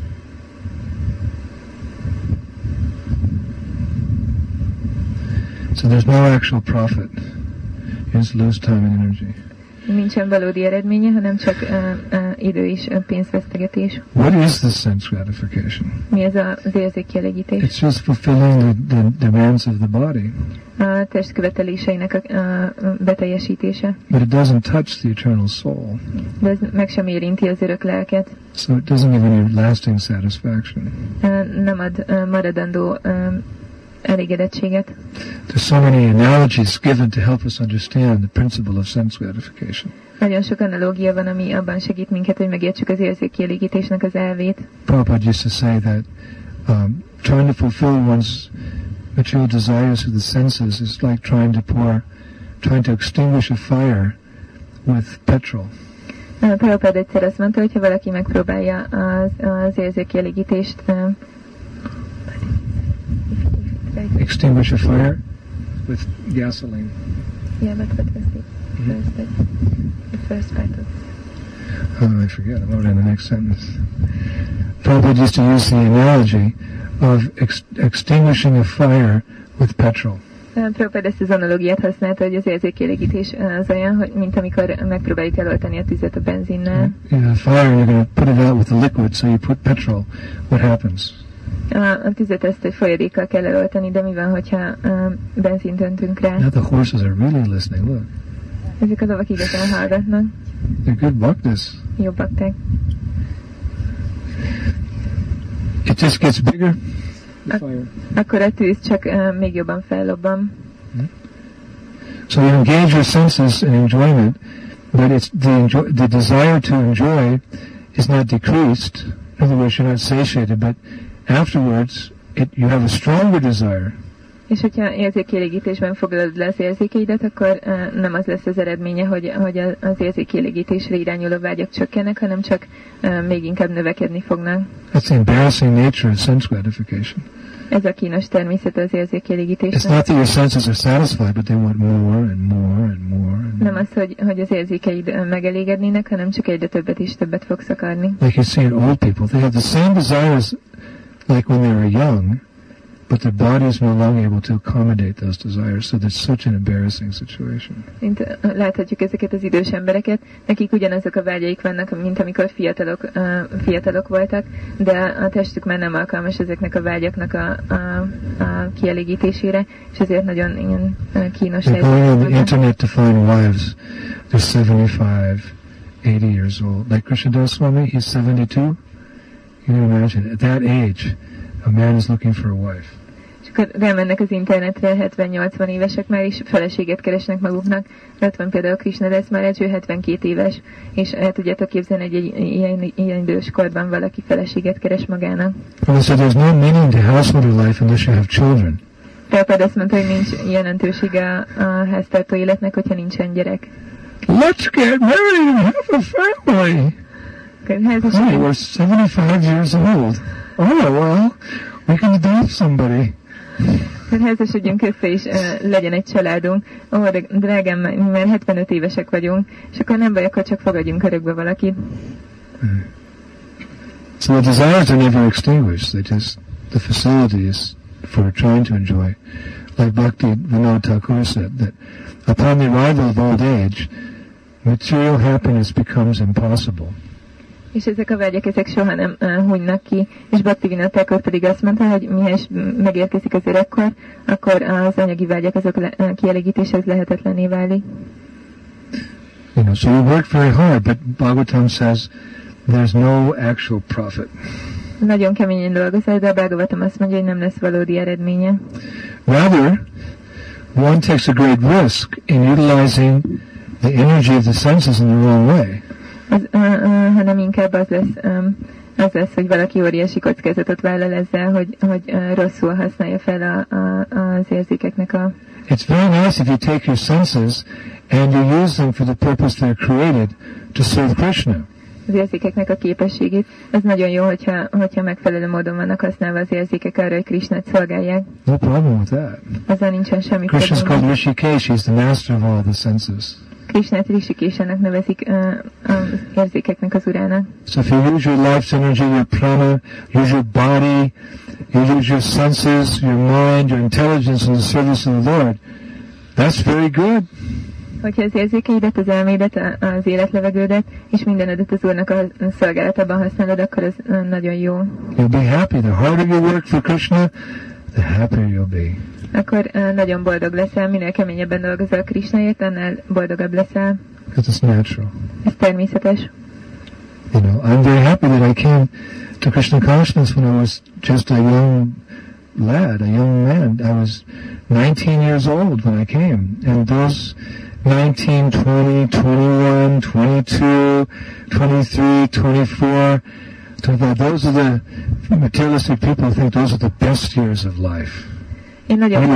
So there's no actual profit. You just lose time and energy. Nincsen valódi eredménye, hanem csak idő és pénzvesztegetés. What is this sense gratification? Mi ez az érzékkielégítés? It's just fulfilling the demands of the body. A test követeléseinek a beteljesítése. But it doesn't touch the eternal soul. De ez meg sem érinti az örök lelket. So it doesn't give any lasting satisfaction. Nem ad maradandó elégedettséget. There's so many analogies given to help us understand the principle of sense gratification. Nagyon sok analógia van, ami abban segít minket, hogy megértsük az érzékkielégítésnek az elvét. Prabhupada used to say that trying to fulfill one's material desires of the senses is like trying to extinguish a fire with petrol. Prabhupada egyszer azt mondta, hogy ha valaki megpróbálja az érzékkielégítést extinguish a fire with gasoline. Yeah, but what was the first part of I forget. I wrote in the next sentence. Prabhupada used to use the analogy of extinguishing a fire with petrol. Prabhupada ezt az analógiát használta, hogy az érzékkielégítés az olyan, hogy mint amikor megpróbáljuk eloltani a tüzet a benzinnel. In a fire, you're going to put it out with a liquid, so you put petrol. What happens? A tüzet ezt egy folyadékkal kell eloltani, de mi van, hogyha benzint öntünk rá? Now the horses are really listening, look. Ezek a lovak igazán hallgatnak. They're good bhaktas. Jó bakták. It just gets bigger, the fire. Akkor a tűz csak még jobban fellobban. So you engage your senses in enjoyment, but it's the desire to enjoy is not decreased. In other words, you're not satiated, but afterwards you have a stronger desire. És hogyha érzékkielégítésben foglalod le az érzékeidet, akkor nem az lesz az eredménye, hogy az érzékkielégítésre irányuló vágyak csökkennek, hanem csak még inkább növekedni fognak. That's the embarrassing nature of sense gratification. Ez a kínos természete az érzékkielégítésnek. It's not that your senses are satisfied, but they want more and more and more. Nem az, hogy az érzékeid megelégednének, hanem csak egyre többet és többet fogsz akarni. Like you see in old people, they have the same desires like when they were young, but their body is no longer able to accommodate those desires, so there's such an embarrassing situation. Láthatjuk ezeket az idős embereket, nekik ugyanazok a vágyaik vannak, mint amikor fiatalok voltak, de a testük már nem alkalmas ezeknek a vágyaknak a kielégítésére, és ezért nagyon ilyen kínos helyzet. Going on the internet to find wives, they're 75, 80 years old. Like Krishnadas Swami, he's 72. You can imagine, at that age, a man is looking for a wife. Akkor rámennek az internetre, 70-80 évesek már is feleséget keresnek maguknak. Ott van például Krishnadas Maharaj, ő 72 éves, és el tudjátok képzelni, hogy egy ilyen idős korban valaki feleséget keres magának. So there's no meaning to household life unless you have children. Prabhupada azt mondta, hogy nincs jelentősége a háztartó életnek, hogyha nincsen gyerek. Let's get married and have a family. Oh, we're 75 years old. Oh, well, we can adopt somebody. házasodjunk össze és legyen egy családunk. Ó, de drágám, mi már 75 évesek vagyunk, és akkor nem baj, akkor csak fogadjunk örökbe valakit. So the desires are never extinguished. The facility is for trying to enjoy. Like Bhaktivinoda Thakur said, that upon the arrival of old age, material happiness becomes impossible. És ezek a vágyak, ezek soha nem hunynak ki. És Bhaktivinoda Thakur pedig azt mondta, hogy mihez megérkezik az öregkor, akkor az anyagi vágyak azok kielégítéshez lehetetlenné válik. So you work very hard, but Bhagavatam says there's no actual profit. Nagyon keményen dolgozol, de a Bhagavatam azt mondja, hogy nem lesz valódi eredménye. Rather, one takes a great risk in utilizing the energy of the senses in the wrong way. Hanem inkább az lesz, hogy valaki óriási kockázatot vállal ezzel, hogy rosszul használja fel az érzékeknek a... It's very nice if you take your senses and you use them for the purpose they're created, to serve Krishna. Az érzékeknek a képességét. Ez nagyon jó, hogyha megfelelő módon vannak használva az érzékek arra, hogy Krishnát szolgálják. No problem with that. Azzal nincsen semmi probléma. Krishna is called Rishikesh, he's the master of all the senses. Krishnát Rishikeshának nevezik az érzékeknek az urának. So if you use your life's energy, your prana, use your body, you use your senses, your mind, your intelligence in the service of the Lord, that's very good. Hogyha az érzékeidet, az elmédet, az életlevegődet, és mindenedet az Úrnak a szolgálatában használod, akkor ez nagyon jó. You'll be happy. The harder you work for Krishna, the happier you'll be. Akkor nagyon boldog leszel, minél keményebben dolgozol Krishnáért, annál boldogabb leszel. Because it's natural. Ez természetes. I'm very happy that I came to Krishna consciousness when I was just a young lad, a young man. I was 19 years old when I came, and those 19, 20, 21, 22, 23, 24, 25, those are the materialistic people who think those are the best years of life. Én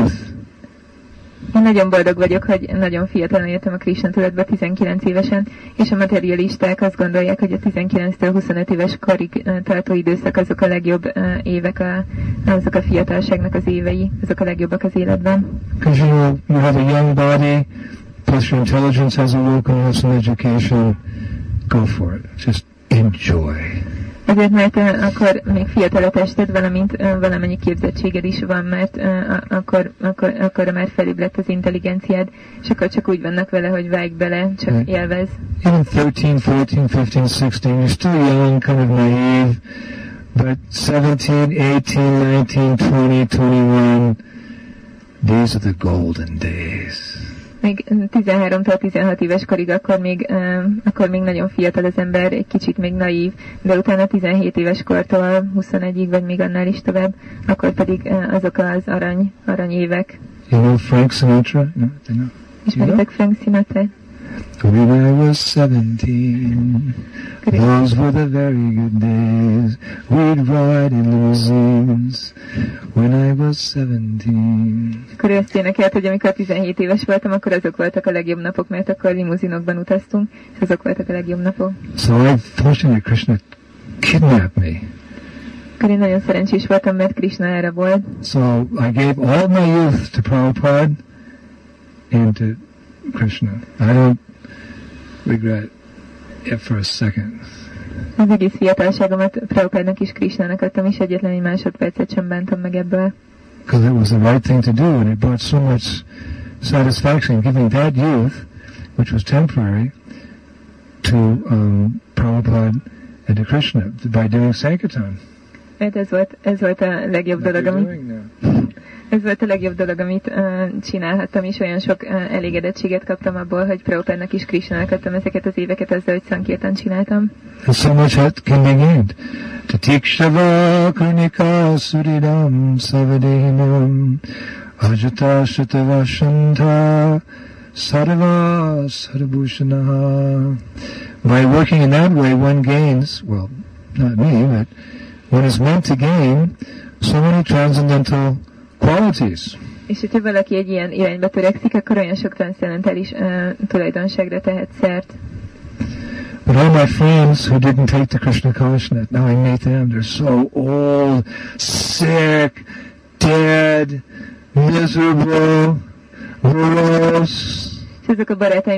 nagyon boldog vagyok, hogy nagyon fiatalon jöttem a Krishna tudatba, 19 évesen, és a materialisták azt gondolják, hogy a 19-től 25 éves korig tartó időszak azok a legjobb évek, azok a fiatalságnak az évei, azok a legjobbak az életben. Because you have a young body, plus your intelligence has awoken, you have some education, go for it. Just enjoy. Azért, mert akkor még fiatal a tested, valamint valamennyi képzettséged is van, mert akkor már felébb lett az intelligenciád, és akkor csak úgy vannak vele, hogy vágj bele, csak élvez. Even 13, 14, 15, 16, you're still young, kind of naive, but 17, 18, 19, 20, 21, these are the golden days. Még 13-től 16 éves korig akkor még nagyon fiatal az ember, egy kicsit még naív, de utána 17 éves kortól 21-ig, vagy még annál is tovább, akkor pedig azok az arany évek. You know Frank Sinatra? Ismeritek Frank Sinatra? When I was 17, those were the very good days. We'd ride in limousines when I was 17. Akkor ő azt énekelt, hogy amikor 17 éves voltam, akkor azok voltak a legjobb napok, mert akkor limuzinokban utaztunk, és azok voltak a legjobb napok. So fortunately Krishna kidnapped me. Akkor én nagyon szerencsés voltam, mert Krishna erre volt. So I gave all my youth to Prabhupada and to Krishna. I don't regret it for a second. Az egész fiatalságomat Prabhupádnak és Krishnának adtam, és egyetlen egy másodpercet sem bántam meg ebből. Because it was the right thing to do, and it brought so much satisfaction giving that youth, which was temporary, to Prabhupada and to Krishna by doing Sankirtan. Mert ez volt a legjobb dolog, amit csinálhattam, és olyan sok elégedettséget kaptam abból, hogy Prabhupádnak és Krishnának adtam ezeket az éveket azzal, hogy Sankirtan csináltam. And so much can be gained. Tatikshava karnika suridam savadehinam ajata shatavashanta sarva sarabhushanaha. By working in that way, one gains, well, not me, but one is meant to gain so many transcendental qualities. És hogyha valaki egy ilyen irányba törekszik, akkor olyan sok transzcendentális tulajdonságra tehet szert. But all my friends who didn't take the Krishna consciousness, now I meet them, they're so old, sick, dead, miserable, morose. És azok a barátaim,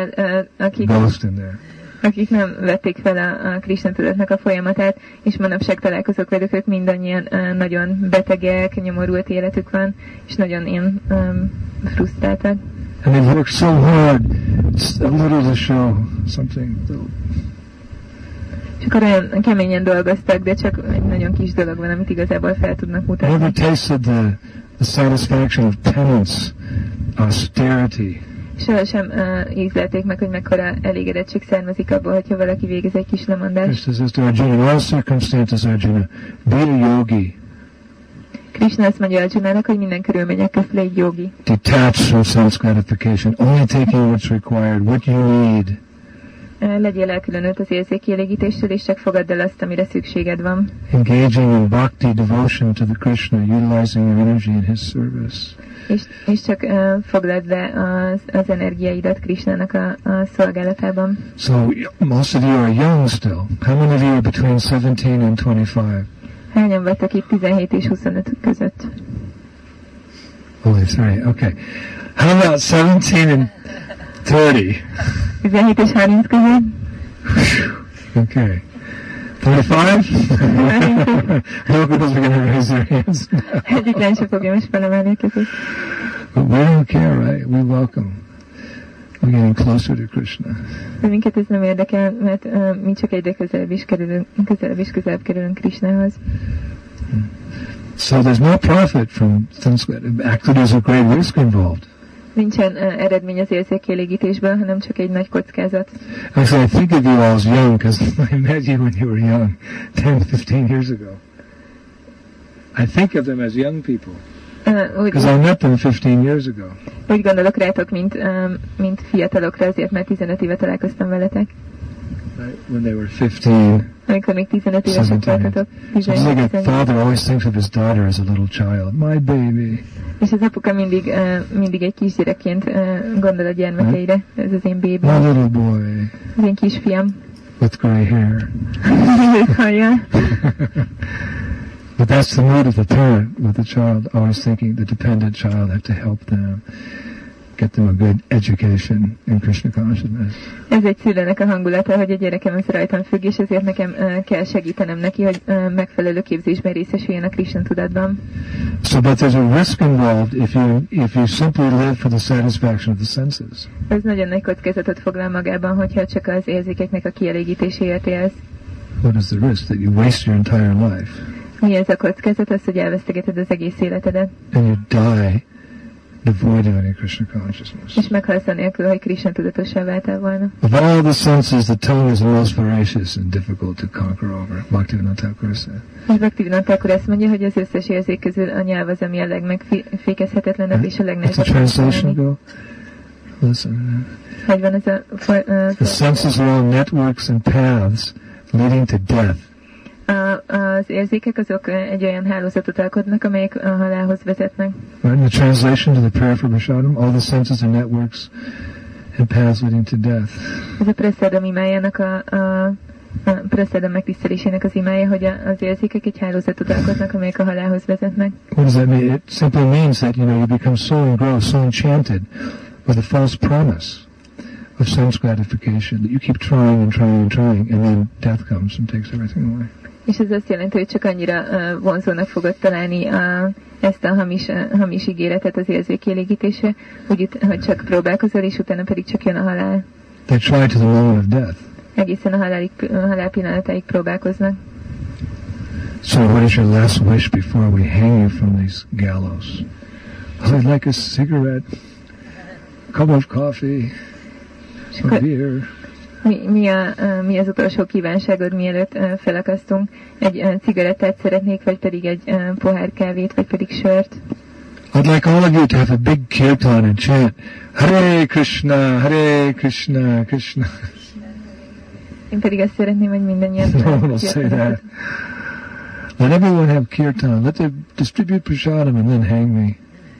akik nem vették fel a Krishna tudatnak a folyamatát, és manapság találkozok velük, ők mindannyian nagyon betegek, nyomorult életük van, és nagyon ilyen frusztráltak. And they've worked so hard, it's a little to show something. És akkor olyan keményen dolgoztak, de csak egy nagyon kis dolog van, amit igazából fel tudnak mutatni. Never tasted the satisfaction of penance, austerity. Sohasem ízlelték meg, hogy mekkora elégedettség származik abból, hogyha valaki végez egy kis lemondást. Krishna says to Arjuna, in all circumstances, Arjuna, be a yogi. Krishna azt mondja Arjunának, hogy minden körülmények közt légy jogi. Detached from sense gratification, only taking what's required, what you need. Legyél elkülönült az érzékkielégítéstől, és csak fogadd el azt, amire szükséged van. Engaging in bhakti devotion to the Krishna, utilizing your energy in his service. És csak foglald be az energiáidat Krishnának a szolgálatában. So most of you are young still. How many of you are between 17 and 25? Hányan vagytok itt 17 és 25 között? Only 3. Okay. How about 17 and 30? 17 és 30 között? Okay. 35? Nobody are going to raise their hands. Egyiklen sem fogja most felemelni a kezét. But we don't care, right? We welcome. We're getting closer to Krishna. De minket ez nem érdekel, mert mi csak egyre közelebb és közelebb kerülünk Krishnához. So there's no profit from Sanskrit. Actually, there's a great risk involved. Nincsen eredmény az érzékkielégítésből, hanem csak egy nagy kockázat. Actually, I think of you all as young because I met you when you were young, 10-15 years ago. I think of them as young people because I met them 15 years ago. Úgy gondolok rátok, mint fiatalokra, azért mert 15 éve találkoztam veletek. Right? When they were 15. Amikor még 15 évesek voltatok. So it's like a father always thinks of his daughter as a little child. My baby. És az apuka mindig egy kisgyerekként gondol a gyermekeire. Ez az én bébi. My little boy. Az én kisfiam. With gray hair. Hajjal. But that's the mood of the parent with the child, always thinking the dependent child, have to help them, get them a good education in Krishna consciousness. Ez egy szülőnek a hangulata, hogy a gyerekem az rajtam függ, és ezért nekem kell segítenem neki, hogy megfelelő képzésben részesüljön a Krishna tudatban. So, but there's a risk involved if you simply live for the satisfaction of the senses. Ez nagyon nagy kockázatot foglal magában, hogyha csak az érzékeknek a kielégítéséért élsz. What is the risk? That you waste your entire life. Mi ez a kockázat? Az, hogy elvesztegeted az egész életedet. And you die devoid of any Krishna consciousness. És meghalsz anélkül, hogy Krishna tudatossá váltál volna. Of all the senses, the tongue is the most voracious and difficult to conquer over. Bhaktivinoda Thakur said. És Bhaktivinoda Thakur azt mondja, hogy az összes érzék közül a nyelv az, ami a legmegfékezhetetlenebb és a legnehezebb. What's the translation go? Listen. Hogy van ez a... The senses are all networks and paths leading to death. Az érzékek azok egy olyan hálózatot alkotnak, amelyek a halálhoz vezetnek. Right, in the translation to the prayer for Prasadam, all the senses are networks and paths leading to death. Ez a Prasadam imájának a Prasadam megtisztelésének az imája, hogy az érzékek egy hálózatot alkotnak, amelyek a halálhoz vezetnek. What does that mean? It simply means that, you become so engrossed, so enchanted with a false promise of sense gratification that you keep trying and trying and trying, and then death comes and takes everything away. És ez azt jelenti, hogy csak annyira vonzónak fogod találni ezt a hamis ígéretet az érzékkielégítésre, hogy csak próbálkozol, és utána pedig csak jön a halál. They try to the moment of death. Egészen a halál pillanatáig próbálkoznak. So what is your last wish before we hang you from these gallows? I'd like a cigarette, a cup of coffee, a beer. Mi az utolsó kívánságod, mielőtt felakasztunk? Egy cigarettát szeretnék, vagy pedig egy pohár kávét, vagy pedig sört? I'd like all of you to have a big kirtan and chant Hare Krishna, Hare Krishna, Krishna. Én pedig azt szeretném, hogy mindannyian... No one will say that. Let everyone have kirtan. Let them distribute prasadam and then hang me.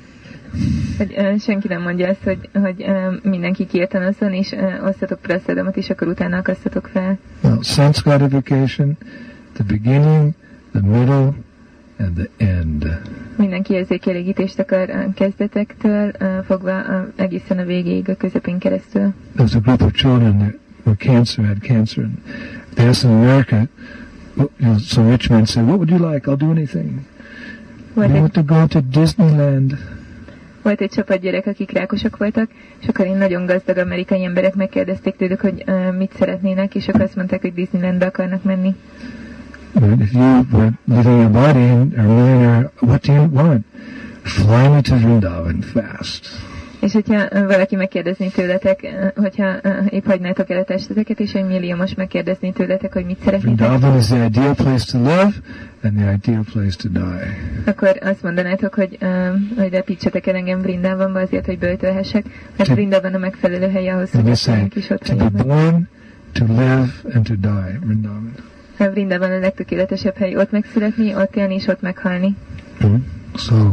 Hogy senki nem mondja azt, hogy mindenki kirtanozzon, és osztatok prasadamot, és akkor utána akasztatok fel. Well, sense gratification, the beginning, the middle, and the end. Mindenki érzékelégítést akar a kezdetektől fogva egészen a végéig, a közepén keresztül. There was a group of children that were had cancer, and they asked in America, some rich man said, "What would you like? I'll do anything." We want to go to Disneyland. Volt egy csapat gyerek, akik rákosak voltak, és akkor én nagyon gazdag amerikai emberek megkérdezték tőlük, hogy mit szeretnének, és akkor azt mondták, hogy Disneylandbe akarnak menni. But if you were living your body and are a millionaire, what do you want? Fly me to Vrindavan fast. És hogyha valaki megkérdezné tőletek, hogyha épp hagynátok el a testeteket, és egy milliómos megkérdezné tőletek, hogy mit szeretnétek. Vrindavan is the ideal place to live and the ideal place to die. Akkor azt mondanátok, hogy repítsetek el engem Vrindavanba azért, hogy böltölhessek, mert Vrindavan a megfelelő hely ahhoz, hogy aztán is ott hagyjanak. To be born, to live and to die, Vrindavan. Vrindavan a legtökéletesebb hely, ott megszületni, ott élni és ott meghalni. So,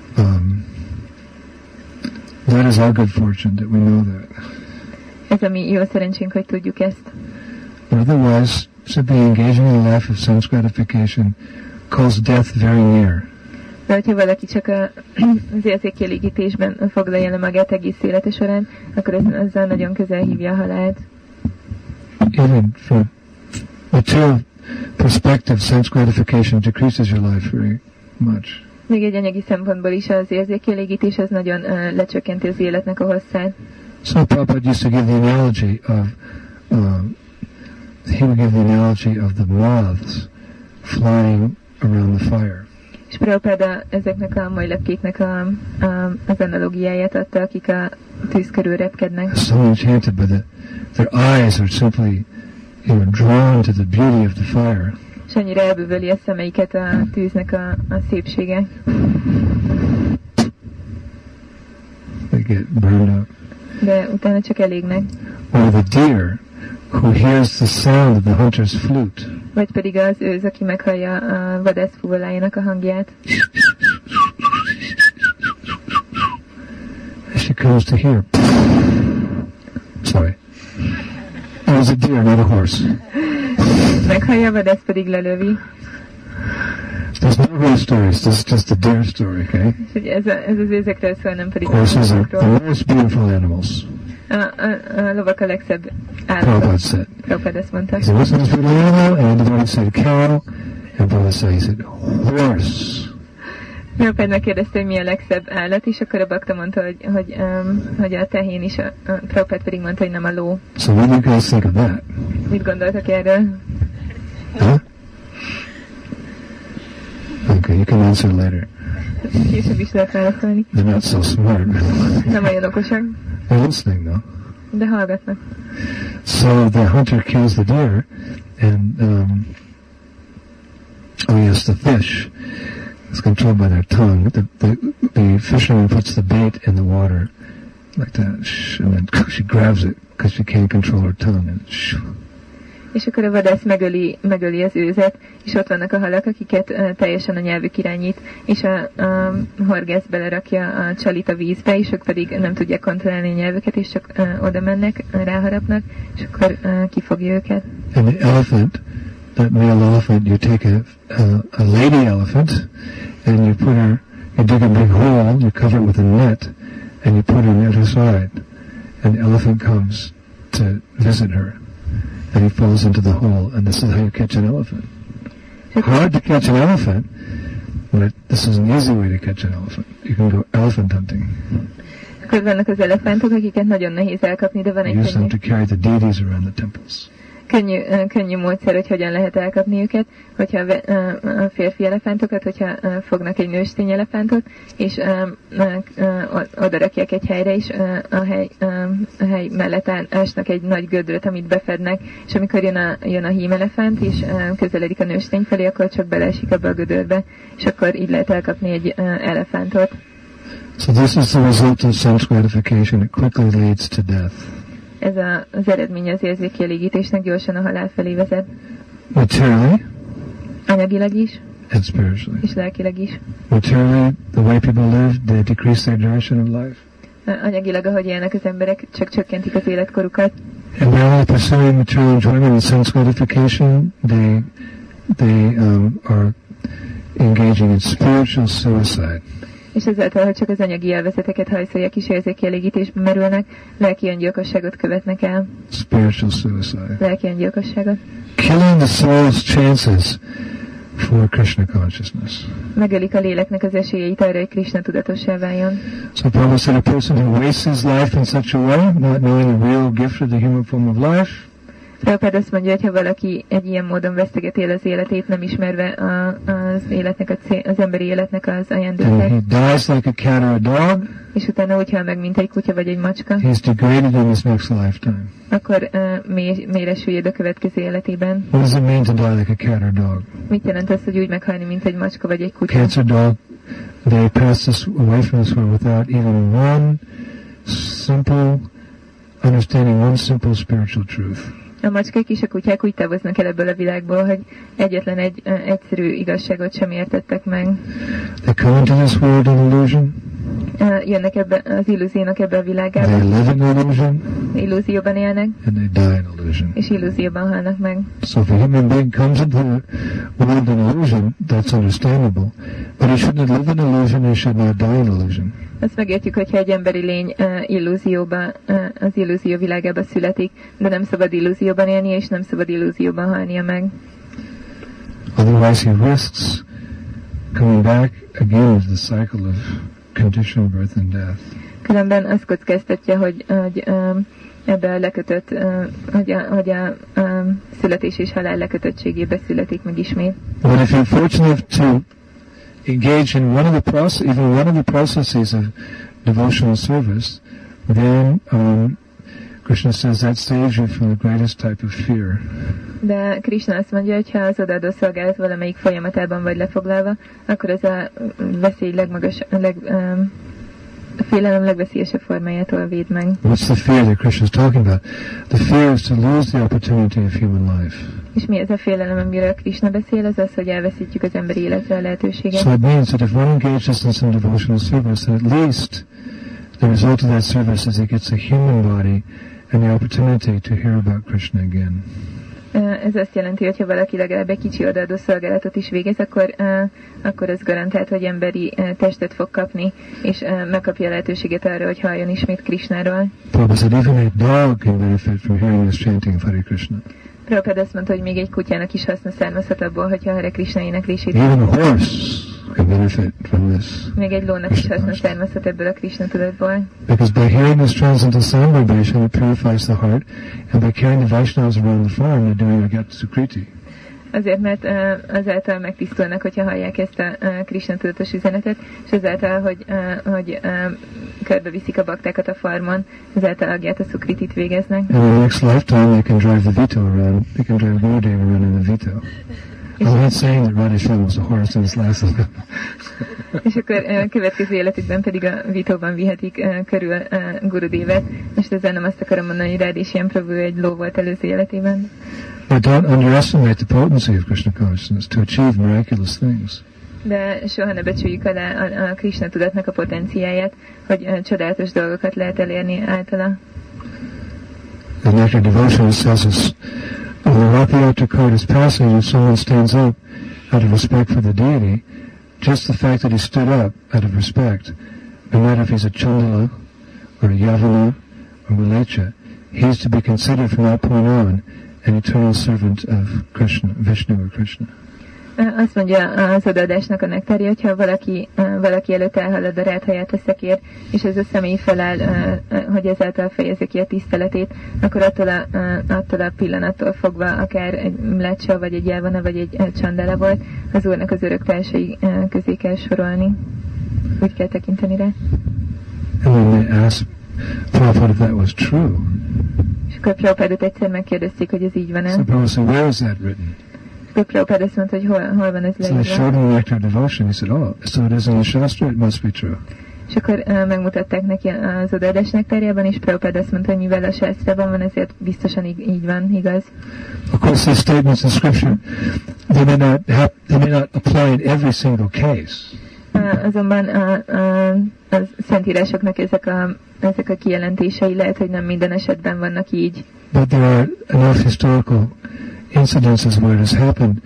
that is our good fortune that we know that. Ez a mi jó szerencsénk, hogy tudjuk ezt. Otherwise, simply engaging in a life of sense gratification calls death very near. De hogyha valaki csak az érzékkielégítésben foglalja le magát egész élete során, akkor ezzel nagyon közel hívja a halált. Even from material perspective, sense gratification decreases your life very much. Még egy anyagi szempontból is az érzékkielégítés az nagyon lecsökkenti az életnek a hosszát. So Prabhupada used to give the analogy of, he would give the analogy of the moths flying around the fire. És Prabhupada ezeknek a majlepkéknek az analógiáját adta, akik a tűz körül repkednek. So enchanted by their eyes are simply, drawn to the beauty of the fire. És annyira elbűvöli a szemeiket a tűznek a szépsége. They get burned up. De utána csak elégnek. Or the deer who hears the sound of the hunter's flute. Vagy pedig az őz, aki meghallja a vadász fuvolájának a hangját. She comes to hear. Sorry. It was a deer, not a horse. Meghallja a vadász pedig lelövi. There's no real stories, this is just a deer story, okay? Ez az őzekről szól, nem pedig horses are the most beautiful animals. A lovak a legszebb állatok. Prabhupada said. Prabhupada ezt mondta. He said, what's the most beautiful animal? And the devotee said, cow. And Prabhupada said, he said, horse. Prabhupada megkérdezte, hogy mi a legszebb állat, és akkor a bakta mondta, hogy a tehén is, Prabhupada pedig mondta, hogy nem a ló. So what do you guys think of that? Mit gondoltak erről? Huh? Okay, you can answer later. Később is lehet válaszolni. They're not so smart. Nem olyan okosak. They're listening though. De hallgatnak. So the hunter kills the deer, and the fish is controlled by their tongue. The fisherman puts the bait in the water like that, and then she grabs it because she can't control her tongue. And és akkor a vadász megöli az őzet, és ott vannak a halak, akiket teljesen a nyelvük irányít, és a horgász belerakja a csalit a vízbe, és ők pedig nem tudják kontrollálni a nyelvüket, és csak oda mennek, ráharapnak, és akkor kifogja őket. And the elephant, that male elephant, you take a lady elephant, and you dig a big hole, you cover it with a net, and you put her on the other side, and the elephant comes to visit her. And he falls into the hole, and this is how you catch an elephant. Hard to catch an elephant, but this is an easy way to catch an elephant. You can go elephant hunting. Akkor vannak az elefántok, akiket nagyon nehéz elkapni, de van egy use them to carry the deities around the temples. Könnyű módszer, hogy hogyan lehet elkapni őket, hogyha a férfi elefántokat, hogyha fognak egy nőstény elefántot, és oda rakják egy helyre, és a hely mellett ásnak egy nagy gödröt, amit befednek, és amikor jön a hímelefánt, és közeledik a nőstény felé, akkor csak beleesik abba a gödörbe, és akkor így lehet elkapni egy elefántot. So this is the result of sense gratification. It quickly leads to death. Ez az eredmény az érzékkielégítésnek, gyorsan a halál felé vezet. Materially. Anyagilag is. And spiritually. És lelkileg is. Materially, the way people live, they decrease their duration of life. Anyagilag, ahogy élnek az emberek, csak csökkentik az életkorukat. And by only pursuing material enjoyment and sense gratification, they are engaging in spiritual suicide. És ezáltal, hogy csak az anyagi élvezeteket hajszolják és érzékkielégítésbe merülnek, lelki öngyilkosságot követnek el. Spiritual suicide. Lelki öngyilkosságot. Killing the soul's chances for Krishna consciousness. Megölik a léleknek az esélyeit arra, hogy Krishna tudatossá váljon. So Prabhupada said a person who wastes his life in such a way, not knowing the real gift of the human form of life, Prabhupada azt mondja, hogy ha valaki egy ilyen módon vesztegeti el az életét, nem ismerve az emberi életnek az and ajándékát, he dies like a cat or a dog, és utána úgy hal meg, mint egy kutya vagy egy macska, he's degraded in his next lifetime. akkor mélyre süllyed a következő életében. What does it mean to die like a cat or a dog? Mit jelent az, hogy úgy meghalni, mint egy macska vagy egy kutya? Cats or dog, they pass this away from this world without even one simple understanding, one simple spiritual truth. A macskák és a kutyák úgy távoznak el ebből a világból, hogy egyetlen egy egyszerű igazságot sem értettek meg. They come into this world in illusion. Jönnek ebbe az illúziónak ebbe a They világába. live in illusion. Illúzióban élnek, And they die in illusion. és illúzióban halnak meg. So if a human being comes into the world in illusion, that's understandable. But he shouldn't live in illusion, he should not die in illusion. Azt megértjük, hogyha egy emberi lény az illúzió világába születik, de nem szabad illúzióban élnie, és nem szabad illúzióban halnia meg. Otherwise he risks coming back again into the cycle of conditioned birth and death. Különben azt kockáztatja, hogy ebbe a lekötött, hogy a születés és halál lekötöttségébe születik meg ismét. But if you're fortunate to engage in even one of the processes of devotional service, then Krishna says that saves you from the greatest type of fear. De Krishna azt mondja, hogy ha az odaadó szolgálat valamelyik folyamatában vagy lefoglalva, akkor ez a veszély a félelem legveszélyesebb formájától véd meg. What's the fear that Krishna is talking about? The fear is to lose the opportunity of human life. És mi ez a félelem, amiről Krishna beszél, az az, hogy elveszítjük az emberi életre a lehetőséget. So it means that if one engages in some devotional service, then at least the result of that service is he gets a human body and the opportunity to hear about Krishna again. Ez azt jelenti, hogy ha valaki legalább egy kicsi odaadó szolgálatot is végez, akkor ez garantált, hogy emberi testet fog kapni, és megkapja a lehetőséget arra, hogy halljon ismét Krishnáról. Prabhupada said even a dog can benefit from hearing this chanting of Hare Krishna. Prabhupada azt mondta, hogy még egy kutyának is haszna származhat abból, hogyha Hare Krishna éneklését. Even a horse can benefit from this. Még egy lónak is haszna származhat ebből a Krishna tudatból. Because by hearing this transcendental sound vibration, it purifies the heart, and by carrying the Vaishnavas around the farm, they're doing a Gat Sukriti. Azért, mert azáltal megtisztulnak, hogyha hallják ezt a Krishna tudatos üzenetet, és azáltal, hogy körbeviszik a baktákat a farmon, azáltal a Gyáta Szukritit végeznek. And in the next lifetime, they can drive the Vito around. They can drive Gurudev around in the Vito. I'm not saying that Radhesham was a horse in his last life. És akkor következő életükben pedig a Vitóban vihetik körül Gurudévet, és ezzel nem azt akarom mondani, hogy Radhesham Prabhu egy ló volt előző életében. But don't underestimate the potency of Krishna consciousness to achieve miraculous things. De soha ne becsüljük alá a Krishna tudatnak a potenciáját, hogy csodálatos dolgokat lehet elérni általa. The Nectar Devotion says this, when the Rathayatra cart is passing and someone stands up out of respect for the deity, just the fact that he stood up out of respect, no matter if he's a Chandala or a Yavana or Malecha, he is to be considered from that point on an eternal servant of Krishna, Vishnu or Krishna. Azt mondja az odaadásnak a nektárja, hogyha valaki előtt elhalad a Ráthayatra szekér, és ez a személy feláll, hogy ezáltal fejezi ki a tiszteletét, akkor attól a pillanattól fogva akár egy Mlecsa, vagy egy Jávana, vagy egy Csandala volt, az Úrnak az örök társai közé kell sorolni. Úgy kell tekinteni rá. And when they asked Prabhupada if that was true, és akkor Prabhupádot egyszer megkérdezték, hogy ez így van-e. so Prabhupada said, where is that written? Akkor Prabhupád azt mondta, hogy hol van ez So they showed leírva. him the Nectar Devotion. He said, oh, so it is in the Shastra, it must be true. És akkor megmutatták neki az odaadás nektárjában, és Prabhupád azt mondta, hogy mivel a sásztrában van, ezért biztosan így van, igaz. Of course, these statements in Scripture, they may not apply in every single case. Azonban a szentírásoknak ezek a kijelentései lehet, hogy nem minden esetben vannak így. But there are enough historical incidences where it has happened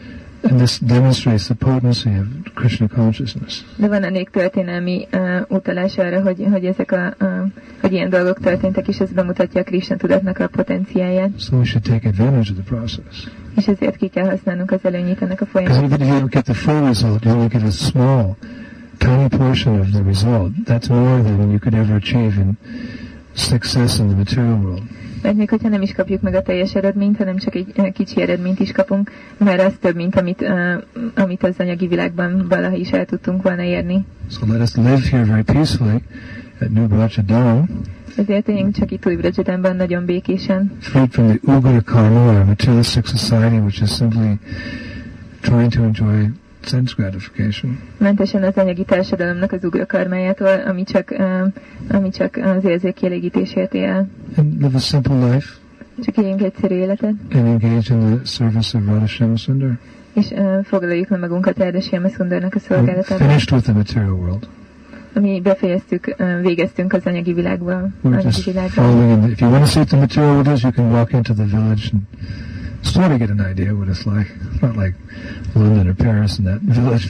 And this demonstrates the potency of Krishna consciousness. De van elég történelmi utalás arra, hogy ezek hogy ilyen dolgok történtek, és ez bemutatja a Krishna tudatnak a potenciáját. So we should take advantage of the process. És ezért ki kell használnunk az előnyét ennek a Because folyamatnak. even if you don't get the full result, you only get a small, tiny portion of the result. That's more than you could ever achieve in success in the material world. Mert még hogyha nem is kapjuk meg a teljes eredményt, hanem csak egy kicsi eredményt is kapunk, mert az több, mint amit az anyagi világban valaha is el tudtunk volna érni. So let us live here very peacefully at New Brajadam, Ezért éljünk csak itt új Brajadanban nagyon békésen, freed from the ugra karma, or materialistic society, which is simply trying to enjoy sense gratification. mentesen az anyagi társadalomnak az ugrakarmájától, ami csak az érzék kielégítésért él. And live a simple life Csak éljünk egyszerű életet, and engage in the service of Radha Shyamsundar. és foglaljuk le magunkat Radha Shyamsundarnak a We're szolgálatában. finished with the material world. Ami végeztünk az anyagi világban. We're just following in if you want to see what the material world is, you can walk into the village and sort of get an idea what it's like. It's not like London or Paris in that village.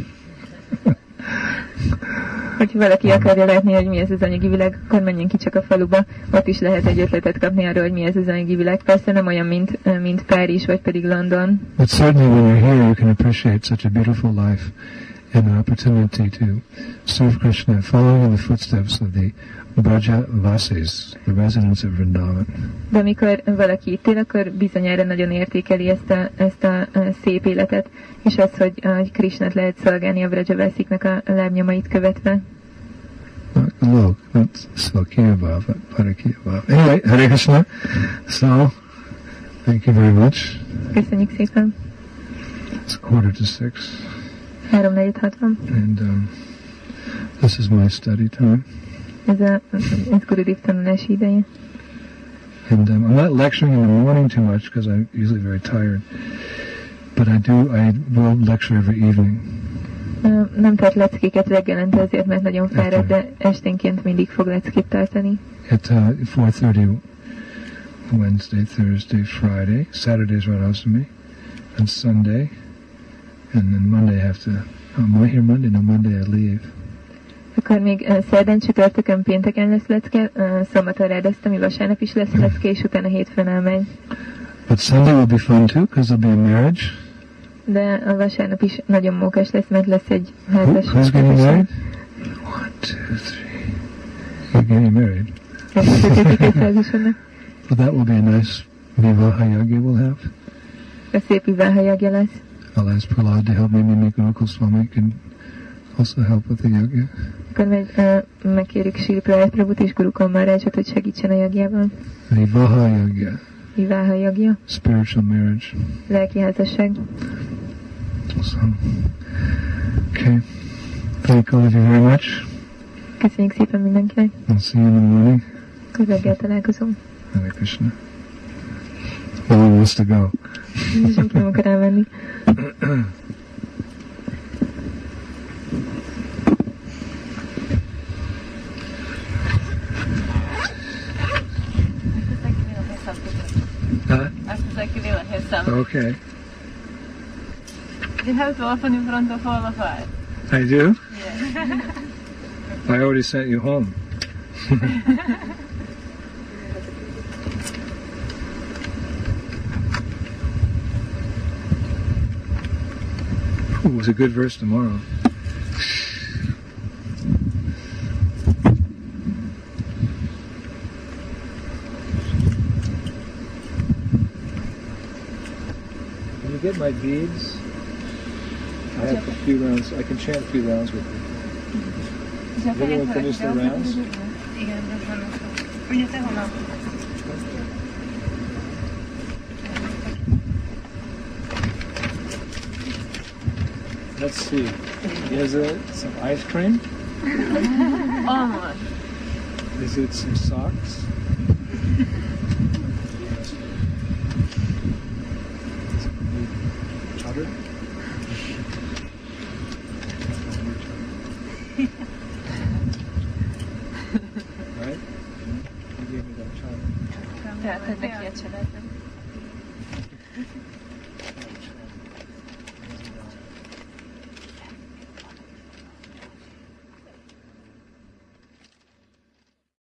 Hogyha valaki akarja látni, hogy mi ez az anyagi világ, akkor menjen ki csak a faluba. Ott is lehet egy ötletet kapni arról, hogy mi ez az anyagi világ. Persze nem olyan, mint Párizs, vagy pedig London. But certainly when you're here, you can appreciate such a beautiful life and an opportunity to serve Krishna, following in the footsteps of the Braja Vasis, the residents of Vrindavan. De amikor valaki itt él, akkor bizonyára nagyon értékeli ezt a szép életet, és az, hogy Krishnát lehet szolgálni a Vrajavasiknak a lábnyomait követve. Look, that's Svakiya Bhava, Parakiya Bhava. Anyway, Hare Krishna. So, thank you very much. Köszönjük szépen. It's 5:45. 3:60. And this is my study time. Ez Gurudev tanulási ideje. And I'm not lecturing in the morning too much because I'm usually very tired. But I will lecture every evening. Nem tart leckéket reggelente azért, mert nagyon fáradt, de esténként mindig fog leckét tartani. At 4:30 Wednesday, Thursday, Friday, Saturday's Radhastami, and Sunday. And then Monday I have to, am I here Monday? No, Monday I leave. Akkor még szerdán, csütörtökön, pénteken lesz lecke, szombaton Radhastami, vasárnap is lesz lecke, és utána hétfőn elmegy. But Sunday will be fun too, because there'll be a marriage. De a vasárnap is nagyon mókás lesz, mert lesz egy házas. Who's getting married? 1, 2, 3. You're getting married. Well, that will be a nice Vivaha Yagya we'll have. A szép Vivaha Yagya lesz. I'll ask Prahlad to help me. Maybe Gurukul Swami can also help with the yagya. Akkor megkérjük Srila Prahlad Prabhut és Gurukul Maharajot, hogy segítsen a yagyában. Vivaha Yagya. Vivaha Yagya. Spiritual marriage. Lelki házasság. So, okay. Thank all of you very much. Köszönjük szépen mindenkinek. I'll see you in the morning. Akkor reggel találkozunk. Hare Krishna. No one wants to go. Senki nem akar elmenni. Okay. You have to open in front of all of us. I do? Yeah. I already sent you home. Ooh, it was a good verse tomorrow. When you get my beads, I have a few rounds. I can chant a few rounds with you. Did everyone finish their rounds? Let's see. Is it some ice cream? Almost. Is it some socks? Chowder? Right? You gave me that chowder. Tehát neki a család.